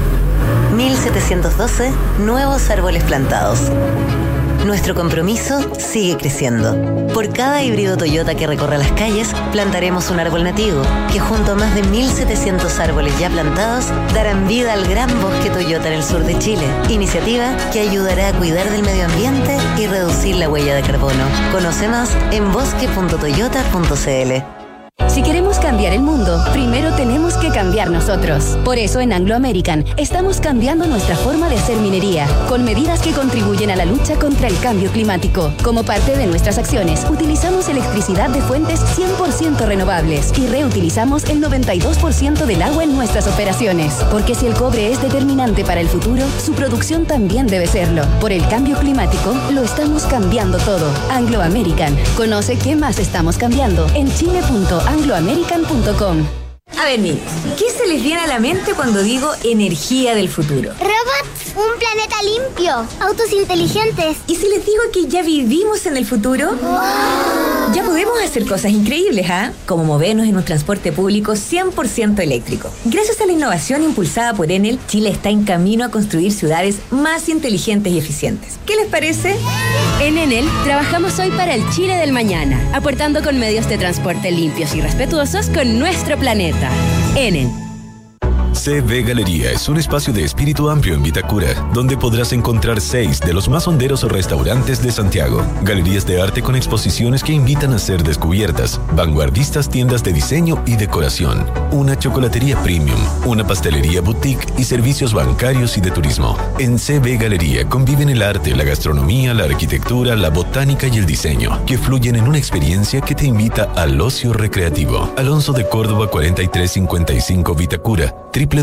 1712, nuevos árboles plantados. Nuestro compromiso sigue creciendo. Por cada híbrido Toyota que recorra las calles, plantaremos un árbol nativo, que junto a más de 1.700 árboles ya plantados, darán vida al gran bosque Toyota en el sur de Chile. Iniciativa que ayudará a cuidar del medio ambiente y reducir la huella de carbono. Conoce más en bosque.toyota.cl. Si queremos cambiar el mundo, primero tenemos que cambiar nosotros. Por eso en Anglo American estamos cambiando nuestra forma de hacer minería, con medidas que contribuyen a la lucha contra el cambio climático. Como parte de nuestras acciones, utilizamos electricidad de fuentes 100% renovables y reutilizamos el 92% del agua en nuestras operaciones. Porque si el cobre es determinante para el futuro, su producción también debe serlo. Por el cambio climático, lo estamos cambiando todo. Anglo American. Conoce qué más estamos cambiando en chile.angloamerican.com. A ver, niños, ¿qué se les viene a la mente cuando digo energía del futuro? Robots, un planeta limpio, autos inteligentes. ¿Y si les digo que ya vivimos en el futuro? ¡Wow! Ya podemos hacer cosas increíbles, como movernos en un transporte público 100% eléctrico. Gracias a la innovación impulsada por Enel, Chile está en camino a construir ciudades más inteligentes y eficientes. ¿Qué les parece? En Enel trabajamos hoy para el Chile del mañana, aportando con medios de transporte limpios y respetuosos con nuestro planeta. Enel. CB Galería es un espacio de espíritu amplio en Vitacura, donde podrás encontrar 6 de los más honderos restaurantes de Santiago, galerías de arte con exposiciones que invitan a ser descubiertas, vanguardistas tiendas de diseño y decoración, una chocolatería premium, una pastelería boutique y servicios bancarios y de turismo. En CB Galería conviven el arte, la gastronomía, la arquitectura, la botánica y el diseño, que fluyen en una experiencia que te invita al ocio recreativo. Alonso de Córdoba 4355 Vitacura,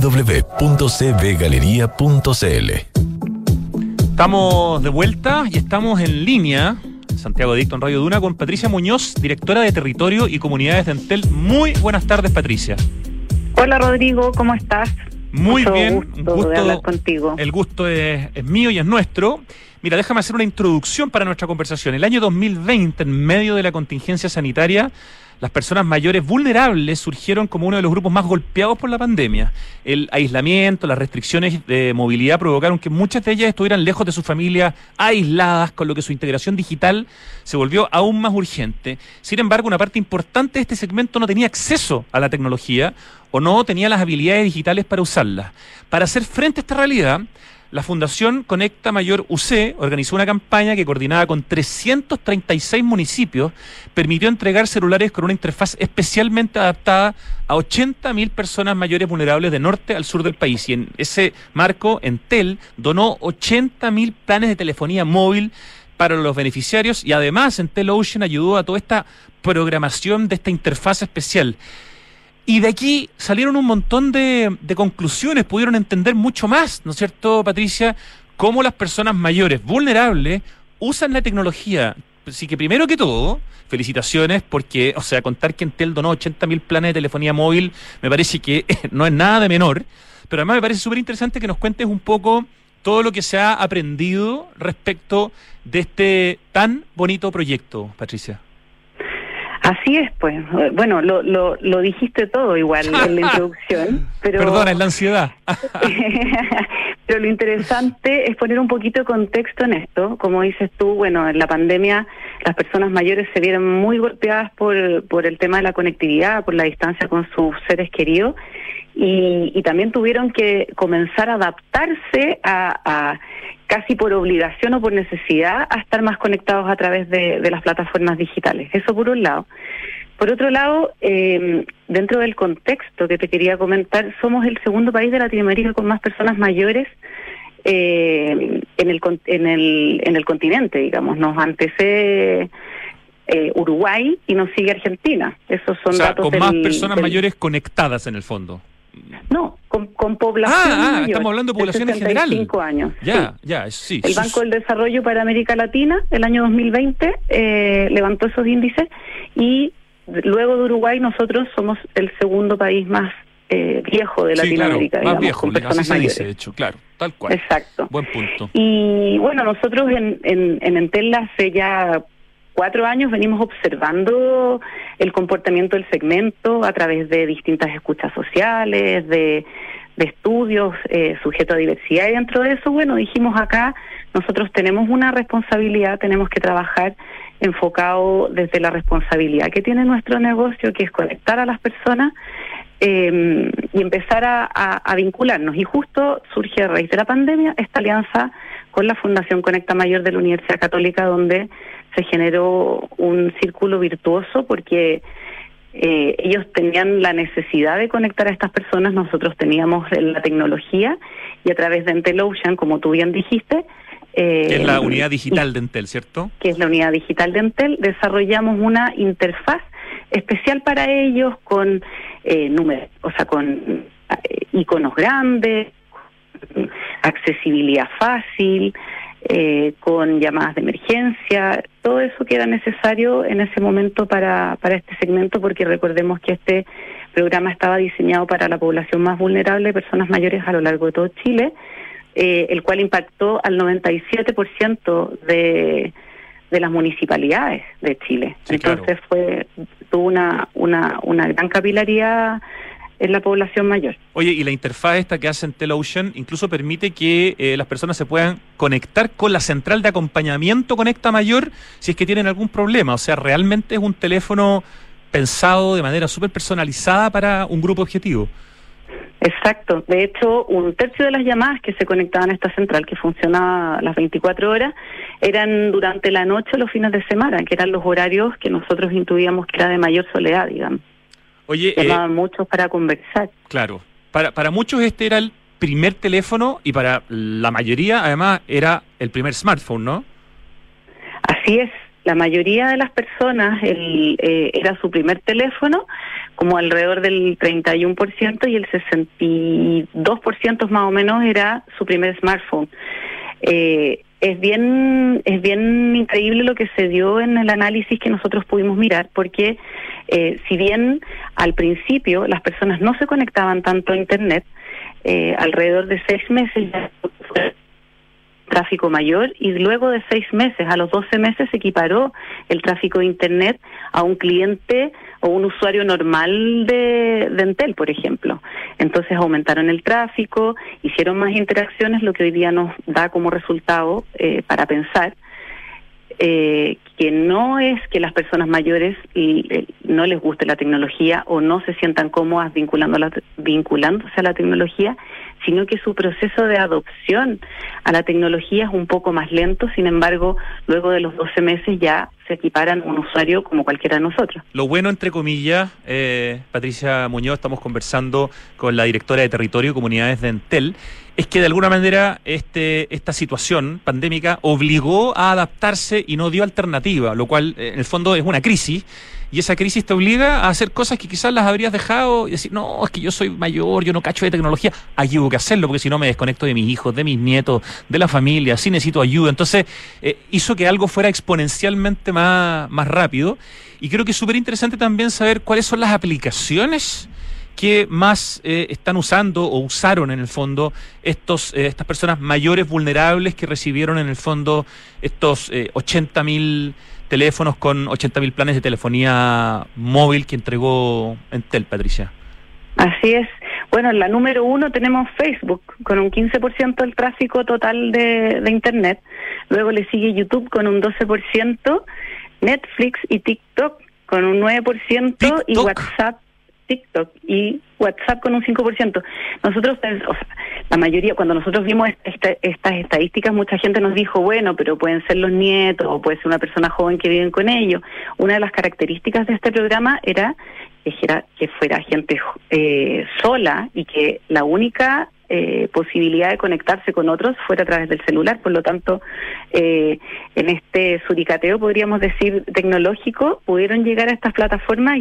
www.cbgalería.cl. Estamos de vuelta y estamos en línea, Santiago Adicto en Radio Duna, con Patricia Muñoz, directora de Territorio y Comunidades de Entel. Muy buenas tardes, Patricia. Hola, Rodrigo, ¿cómo estás? Muy Mucho bien, gusto de hablar contigo. El gusto es mío y es nuestro. Mira, déjame hacer una introducción para nuestra conversación. El año 2020, en medio de la contingencia sanitaria, las personas mayores vulnerables surgieron como uno de los grupos más golpeados por la pandemia. El aislamiento, las restricciones de movilidad provocaron que muchas de ellas estuvieran lejos de su familia, aisladas, con lo que su integración digital se volvió aún más urgente. Sin embargo, una parte importante de este segmento no tenía acceso a la tecnología o no tenía las habilidades digitales para usarla. Para hacer frente a esta realidad, la Fundación Conecta Mayor UC organizó una campaña que, coordinada con 336 municipios, permitió entregar celulares con una interfaz especialmente adaptada a 80.000 personas mayores vulnerables de norte al sur del país. Y en ese marco, Entel donó 80.000 planes de telefonía móvil para los beneficiarios, y además Entel Ocean ayudó a toda esta programación de esta interfaz especial. Y de aquí salieron un montón de conclusiones, pudieron entender mucho más, ¿no es cierto, Patricia?, cómo las personas mayores vulnerables usan la tecnología. Así que primero que todo, felicitaciones, porque, o sea, contar que Entel donó 80.000 planes de telefonía móvil me parece que no es nada de menor, pero además me parece súper interesante que nos cuentes un poco todo lo que se ha aprendido respecto de este tan bonito proyecto, Patricia. Así es, pues. Bueno, lo dijiste todo igual en la introducción. Pero... Perdona, es la ansiedad. Pero lo interesante es poner un poquito de contexto en esto. Como dices tú, bueno, en la pandemia las personas mayores se vieron muy golpeadas por el tema de la conectividad, por la distancia con sus seres queridos, y también tuvieron que comenzar a adaptarse a casi por obligación o por necesidad a estar más conectados a través de las plataformas digitales. Eso por un lado. Por otro lado, dentro del contexto que te quería comentar, somos el segundo país de Latinoamérica con más personas mayores en el continente, digamos. Nos antecede Uruguay y nos sigue Argentina. Esos son datos con más personas mayores conectadas en el fondo. No, con población mayor. Estamos hablando de población en general. 65 años. Sí. El Banco del Desarrollo para América Latina, el año 2020, levantó esos índices, y luego de Uruguay nosotros somos el segundo país más viejo de Latinoamérica. Claro, más viejo, con personas así se mayores. dice, de hecho, claro, tal cual. Exacto. Buen punto. Y bueno, nosotros en Entel hace ya 4 años venimos observando el comportamiento del segmento a través de distintas escuchas sociales, de estudios sujetos a diversidad, y dentro de eso, bueno, dijimos acá, nosotros tenemos una responsabilidad, tenemos que trabajar enfocado desde la responsabilidad que tiene nuestro negocio, que es conectar a las personas y empezar a vincularnos. Y justo surge a raíz de la pandemia esta alianza con la Fundación Conecta Mayor de la Universidad Católica, donde se generó un círculo virtuoso, porque ellos tenían la necesidad de conectar a estas personas, nosotros teníamos la tecnología, y a través de Entel Ocean, como tú bien dijiste, que es la unidad digital de Entel, ¿cierto? Que es la unidad digital de Entel, desarrollamos una interfaz especial para ellos con números, o sea, con iconos grandes, accesibilidad fácil, con llamadas de emergencia, todo eso que era necesario en ese momento para este segmento, porque recordemos que este programa estaba diseñado para la población más vulnerable, personas mayores a lo largo de todo Chile, el cual impactó al 97% de las municipalidades de Chile. Sí, entonces claro, tuvo una gran capilaridad en la población mayor. Oye, y la interfaz esta que hace Entel Ocean incluso permite que las personas se puedan conectar con la central de acompañamiento Conecta Mayor si es que tienen algún problema. O sea, realmente es un teléfono pensado de manera súper personalizada para un grupo objetivo. Exacto. De hecho, 1/3 de las llamadas que se conectaban a esta central, que funcionaba las 24 horas, eran durante la noche o los fines de semana, que eran los horarios que nosotros intuíamos que era de mayor soledad, digamos. Oye, llamaban muchos para conversar. Claro. Para muchos este era el primer teléfono, y para la mayoría, además, era el primer smartphone, ¿no? Así es. La mayoría de las personas era su primer teléfono, como alrededor del 31%, y el 62% más o menos era su primer smartphone. Es bien increíble lo que se dio en el análisis que nosotros pudimos mirar, porque si bien al principio las personas no se conectaban tanto a Internet, alrededor de 6 meses ya fue tráfico mayor, y luego de 6 meses, a los 12 meses, se equiparó el tráfico de Internet a un cliente o un usuario normal de Entel, por ejemplo. Entonces aumentaron el tráfico, hicieron más interacciones, lo que hoy día nos da como resultado para pensar que no es que las personas mayores no les guste la tecnología o no se sientan cómodas vinculándose a la tecnología, sino que su proceso de adopción a la tecnología es un poco más lento. Sin embargo, luego de los 12 meses ya se equiparan un usuario como cualquiera de nosotros. Lo bueno, entre comillas, Patricia Muñoz, estamos conversando con la directora de Territorio y Comunidades de Entel, es que de alguna manera esta situación pandémica obligó a adaptarse y no dio alternativa, lo cual en el fondo es una crisis, y esa crisis te obliga a hacer cosas que quizás las habrías dejado y decir, no, es que yo soy mayor, yo no cacho de tecnología, aquí hubo que hacerlo porque si no me desconecto de mis hijos, de mis nietos, de la familia, sí necesito ayuda. Entonces hizo que algo fuera exponencialmente más rápido, y creo que es súper interesante también saber cuáles son las aplicaciones que más están usando o usaron en el fondo estas personas mayores vulnerables que recibieron en el fondo estos 80.000 teléfonos con 80.000 planes de telefonía móvil que entregó Entel, Patricia. Así es. Bueno, en la número 1 tenemos Facebook, con un 15% del tráfico total de Internet. Luego le sigue YouTube con un 12%, Netflix y TikTok con un 9%, ¿TikTok? Y TikTok y WhatsApp con un 5%. Nosotros, la mayoría, cuando nosotros vimos estas estadísticas, mucha gente nos dijo, bueno, pero pueden ser los nietos o puede ser una persona joven que viven con ellos. Una de las características de este programa era que fuera gente sola y que la única posibilidad de conectarse con otros fuera a través del celular. Por lo tanto, en este suricateo, podríamos decir, tecnológico, pudieron llegar a estas plataformas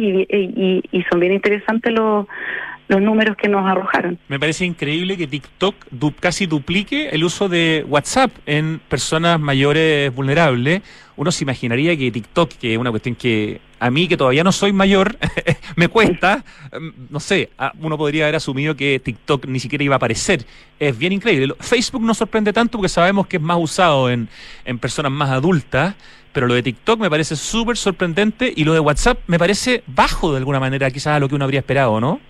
y son bien interesantes los números que nos arrojaron. Me parece increíble que TikTok casi duplique el uso de WhatsApp en personas mayores vulnerables. Uno se imaginaría que TikTok, que es una cuestión que a mí, que todavía no soy mayor, me cuesta, no sé, uno podría haber asumido que TikTok ni siquiera iba a aparecer. Es bien increíble. Facebook nos sorprende tanto porque sabemos que es más usado en personas más adultas, pero lo de TikTok me parece súper sorprendente, y lo de WhatsApp me parece bajo de alguna manera, quizás a lo que uno habría esperado, ¿no?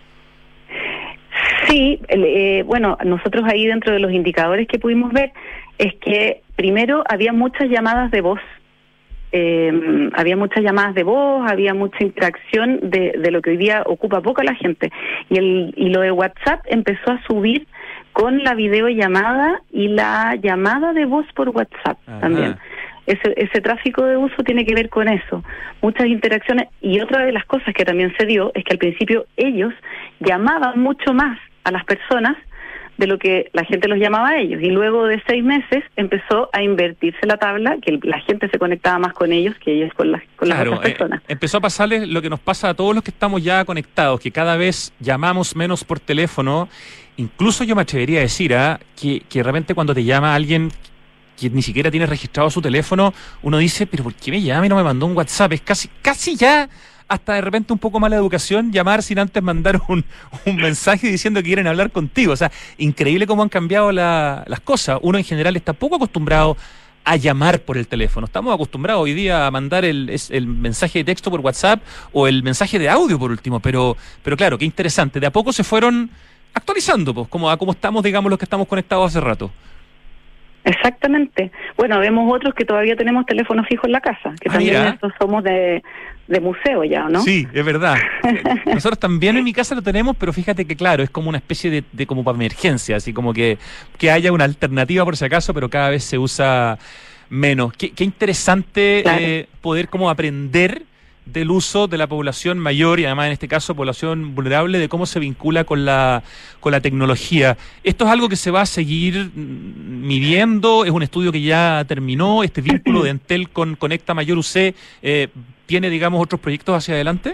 Sí, bueno, nosotros ahí dentro de los indicadores que pudimos ver es que primero había muchas llamadas de voz. Había mucha interacción de lo que hoy día ocupa poco a la gente, y lo de WhatsApp empezó a subir con la videollamada y la llamada de voz por WhatsApp. Ajá. También ese tráfico de uso tiene que ver con eso, muchas interacciones. Y otra de las cosas que también se dio es que al principio ellos llamaban mucho más a las personas de lo que la gente los llamaba a ellos, y luego de 6 meses empezó a invertirse la tabla, que la gente se conectaba más con ellos que ellos con las otras personas. Empezó a pasarles lo que nos pasa a todos los que estamos ya conectados, que cada vez llamamos menos por teléfono. Incluso yo me atrevería a decir que de repente cuando te llama alguien que ni siquiera tiene registrado su teléfono, uno dice, pero ¿por qué me llama y no me mandó un WhatsApp? Es casi ya hasta de repente un poco mala educación llamar sin antes mandar un mensaje diciendo que quieren hablar contigo. O sea, increíble cómo han cambiado las cosas. Uno en general está poco acostumbrado a llamar por el teléfono. Estamos acostumbrados hoy día a mandar el mensaje de texto por WhatsApp o el mensaje de audio por último, pero claro, qué interesante. De a poco se fueron actualizando, pues, como estamos, digamos, los que estamos conectados hace rato. Exactamente. Bueno, vemos otros que todavía tenemos teléfono fijo en la casa, que también nosotros somos de museo ya, ¿no? Sí, es verdad. Nosotros también en mi casa lo tenemos, pero fíjate que claro, es como una especie de como para emergencia, así como que haya una alternativa por si acaso, pero cada vez se usa menos. Qué interesante, claro, poder como aprender del uso de la población mayor y además en este caso población vulnerable, de cómo se vincula con la tecnología. ¿Esto es algo que se va a seguir midiendo? ¿Es un estudio que ya terminó? ¿Este vínculo de Entel con Conecta Mayor UC tiene, digamos, otros proyectos hacia adelante?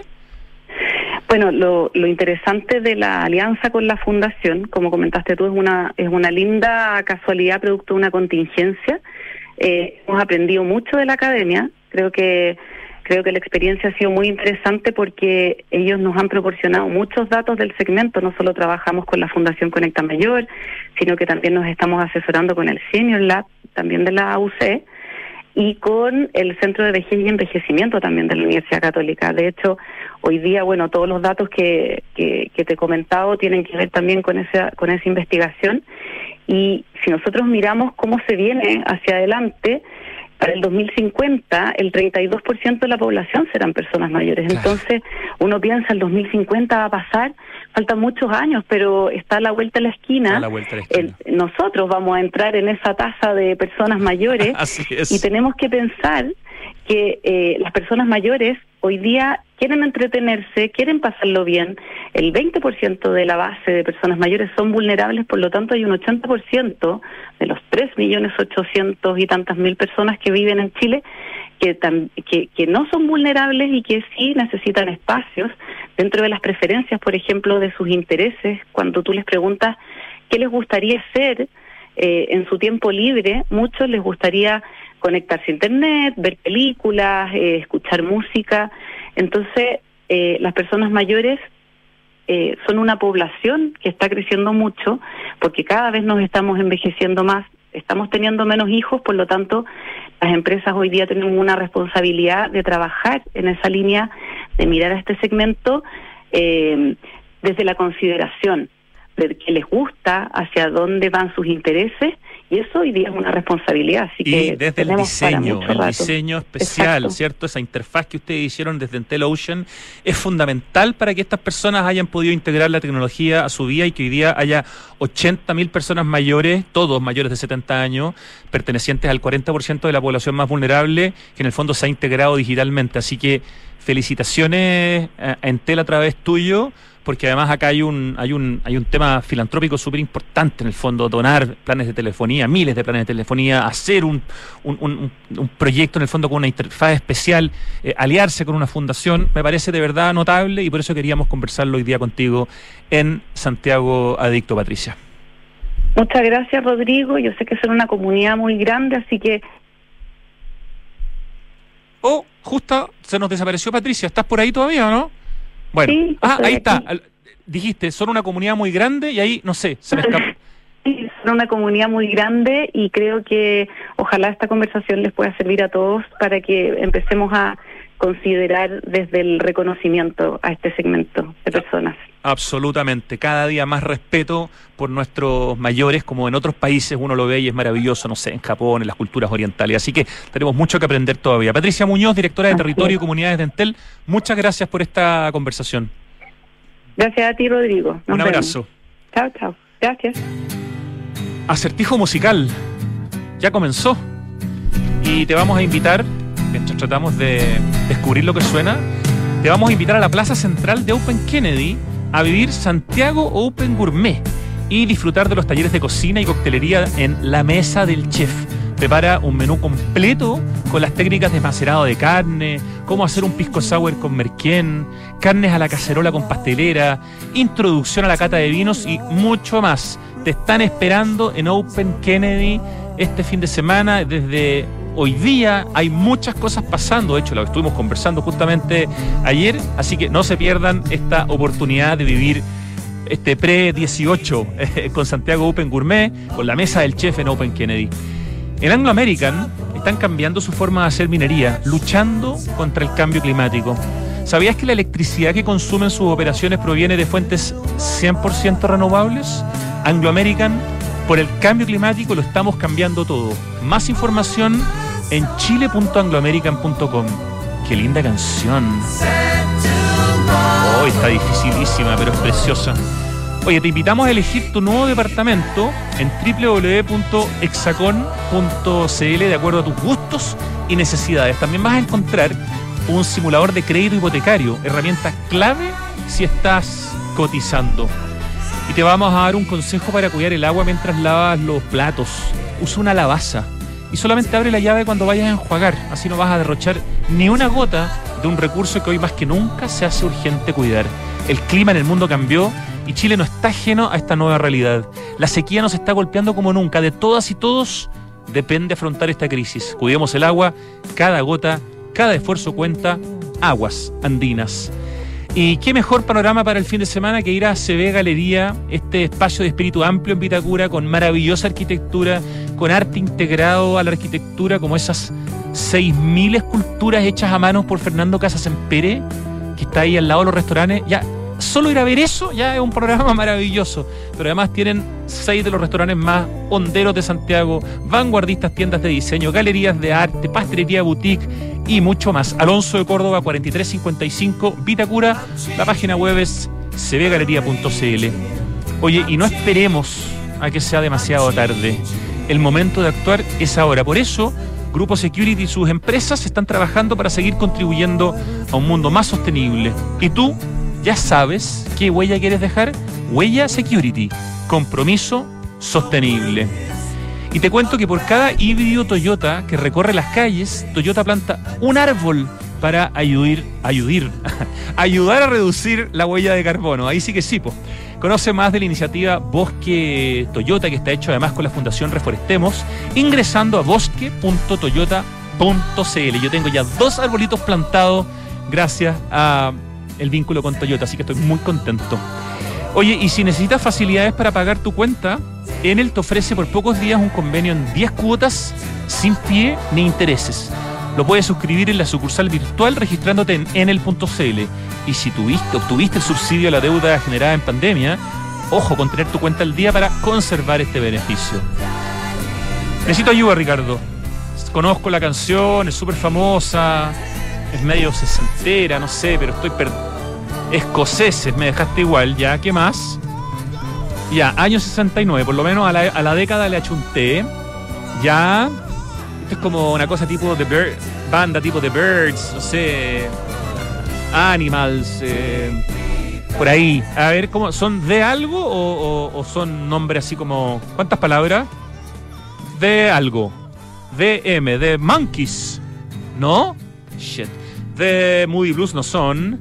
Bueno, lo interesante de la alianza con la fundación, como comentaste tú, es una linda casualidad producto de una contingencia. Hemos aprendido mucho de la academia. Creo que la experiencia ha sido muy interesante porque ellos nos han proporcionado muchos datos del segmento. No solo trabajamos con la Fundación Conecta Mayor, sino que también nos estamos asesorando con el Senior Lab, también de la UC, y con el Centro de Vejez y Envejecimiento también de la Universidad Católica. De hecho, hoy día, bueno, todos los datos que te he comentado tienen que ver también con esa investigación. Y si nosotros miramos cómo se viene hacia adelante, para el 2050 el 32% de la población serán personas mayores. Claro. Entonces uno piensa el 2050 va a pasar, faltan muchos años, pero está a la vuelta de la esquina. Nosotros vamos a entrar en esa tasa de personas mayores. Así es. Y tenemos que pensar que las personas mayores hoy día quieren entretenerse, quieren pasarlo bien. El 20% de la base de personas mayores son vulnerables, por lo tanto hay un 80% de los 3.800.000 y tantas mil personas que viven en Chile que no son vulnerables y que sí necesitan espacios dentro de las preferencias, por ejemplo, de sus intereses. Cuando tú les preguntas qué les gustaría hacer en su tiempo libre, muchos les gustaría conectarse a internet, ver películas, escuchar música. Entonces, las personas mayores son una población que está creciendo mucho porque cada vez nos estamos envejeciendo más, estamos teniendo menos hijos, por lo tanto, las empresas hoy día tienen una responsabilidad de trabajar en esa línea, de mirar a este segmento desde la consideración de qué les gusta, hacia dónde van sus intereses, y eso hoy día es una responsabilidad. Así que desde el diseño especial, exacto, ¿cierto? Esa interfaz que ustedes hicieron desde Entel Ocean es fundamental para que estas personas hayan podido integrar la tecnología a su vida y que hoy día haya 80.000 personas mayores, todos mayores de 70 años, pertenecientes al 40% de la población más vulnerable, que en el fondo se ha integrado digitalmente. Así que felicitaciones a Entel a través tuyo, porque además acá hay un tema filantrópico súper importante en el fondo, donar planes de telefonía, miles de planes de telefonía, hacer un proyecto en el fondo con una interfaz especial, aliarse con una fundación, me parece de verdad notable y por eso queríamos conversarlo hoy día contigo en Santiago Adicto, Patricia. Muchas gracias, Rodrigo. Yo sé que son una comunidad muy grande, así que... Oh, justo se nos desapareció Patricia. ¿Estás por ahí todavía o no? Bueno, sí, ahí está. Dijiste, son una comunidad muy grande y ahí, no sé, se me escapó. Sí, son una comunidad muy grande y creo que ojalá esta conversación les pueda servir a todos para que empecemos a considerar desde el reconocimiento a este segmento de personas. Absolutamente, cada día más respeto por nuestros mayores, como en otros países uno lo ve y es maravilloso, no sé, en Japón, en las culturas orientales, así que tenemos mucho que aprender todavía. Patricia Muñoz, directora de Territorio y Comunidades de Entel, muchas gracias por esta conversación. Gracias a ti, Rodrigo. Un abrazo. Chao, chao. Gracias. Acertijo musical ya comenzó y te vamos a invitar, mientras tratamos de descubrir lo que suena, te vamos a invitar a la plaza central de Open Kennedy a vivir Santiago Open Gourmet y disfrutar de los talleres de cocina y coctelería en La Mesa del Chef. Prepara un menú completo con las técnicas de macerado de carne, cómo hacer un pisco sour con merquén, carnes a la cacerola con pastelera, introducción a la cata de vinos y mucho más. Te están esperando en Open Kennedy este fin de semana. Desde hoy día hay muchas cosas pasando, de hecho lo estuvimos conversando justamente ayer, así que no se pierdan esta oportunidad de vivir este pre-18 con Santiago Open Gourmet, con La Mesa del Chef en Open Kennedy. En Anglo American están cambiando su forma de hacer minería, luchando contra el cambio climático. ¿Sabías que la electricidad que consumen sus operaciones proviene de fuentes 100% renovables? Anglo American, por el cambio climático lo estamos cambiando todo. Más información en chile.angloamerican.com. ¡Qué linda canción! Oh, está dificilísima, pero es preciosa. Oye, te invitamos a elegir tu nuevo departamento en www.hexacon.cl de acuerdo a tus gustos y necesidades. También vas a encontrar un simulador de crédito hipotecario, herramienta clave si estás cotizando. Y te vamos a dar un consejo para cuidar el agua mientras lavas los platos. Usa una lavaza y solamente abre la llave cuando vayas a enjuagar. Así no vas a derrochar ni una gota de un recurso que hoy más que nunca se hace urgente cuidar. El clima en el mundo cambió y Chile no está ajeno a esta nueva realidad. La sequía nos está golpeando como nunca. De todas y todos depende afrontar esta crisis. Cuidemos el agua, cada gota, cada esfuerzo cuenta. Aguas Andinas. Y qué mejor panorama para el fin de semana que ir a CB Galería, este espacio de espíritu amplio en Vitacura, con maravillosa arquitectura, con arte integrado a la arquitectura, como esas 6.000 esculturas hechas a mano por Fernando Casasempere, que está ahí al lado de los restaurantes. Ya solo ir a ver eso ya es un programa maravilloso. Pero además tienen 6 de los restaurantes más honderos de Santiago, vanguardistas, tiendas de diseño, galerías de arte, pastelería boutique y mucho más. Alonso de Córdoba 4355, Vitacura. La página web es cbgalería.cl. Oye, y no esperemos a que sea demasiado tarde. El momento de actuar es ahora. Por eso, Grupo Security y sus empresas están trabajando para seguir contribuyendo a un mundo más sostenible. Y tú ya sabes qué huella quieres dejar. Huella Security. Compromiso sostenible. Y te cuento que por cada híbrido Toyota que recorre las calles, Toyota planta un árbol para ayudar a reducir la huella de carbono. Ahí sí que sí, po. Conoce más de la iniciativa Bosque Toyota, que está hecho además con la Fundación Reforestemos, ingresando a bosque.toyota.cl. Yo tengo ya 2 arbolitos plantados gracias a el vínculo con Toyota, así que estoy muy contento. Oye, y si necesitas facilidades para pagar tu cuenta, Enel te ofrece por pocos días un convenio en 10 cuotas sin pie ni intereses. Lo puedes suscribir en la sucursal virtual registrándote en enel.cl. Y si obtuviste el subsidio a la deuda generada en pandemia, ojo con tener tu cuenta al día para conservar este beneficio. Necesito ayuda, Ricardo. Conozco la canción, es súper famosa, es medio sesentera, no sé, pero estoy escoceses, me dejaste igual, ya, ¿qué más? Ya, año 69, por lo menos a la década le achunté. Ya, esto es como una cosa tipo de banda tipo The Birds, no sé, Animals, por ahí. A ver, ¿cómo son de algo o son nombres así como, ¿cuántas palabras? De algo. DM, de Monkeys, ¿no? Shit. De Moody Blues no son.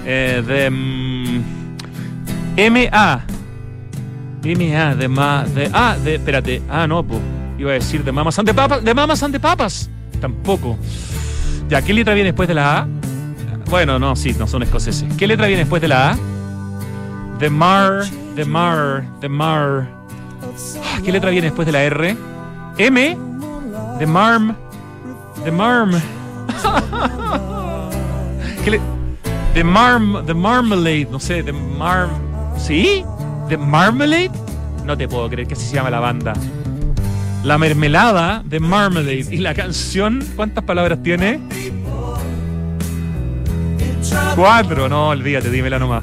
Espérate. No, pues. Iba a decir de Mamas and the Papas. De Mamas and the Papas. Tampoco. Ya, ¿qué letra viene después de la A? Bueno, no, sí, no son escoceses. ¿Qué letra viene después de la A? The Mar. ¿Qué letra viene después de la R? M. The Marm. The Marmalade, no sé, ¿sí? The Marmalade, no te puedo creer que así se llama la banda. La mermelada de Marmalade. Y la canción, ¿cuántas palabras tiene? 4, no, olvídate, dímela nomás.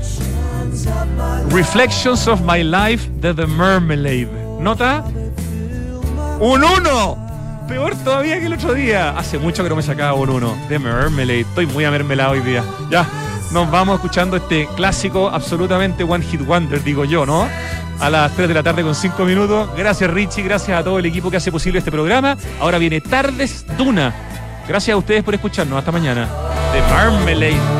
Reflections of My Life de The Marmalade. ¿Nota? ¡Un 1! Peor todavía que el otro día. Hace mucho que no me sacaba un 1. The Marmalade. Estoy muy amermelado hoy día. Ya, nos vamos escuchando este clásico absolutamente one hit wonder, digo yo, ¿no? A las 3 de la tarde con 5 minutos. Gracias, Richie. Gracias a todo el equipo que hace posible este programa. Ahora viene Tardes Duna. Gracias a ustedes por escucharnos. Hasta mañana. The Marmalade.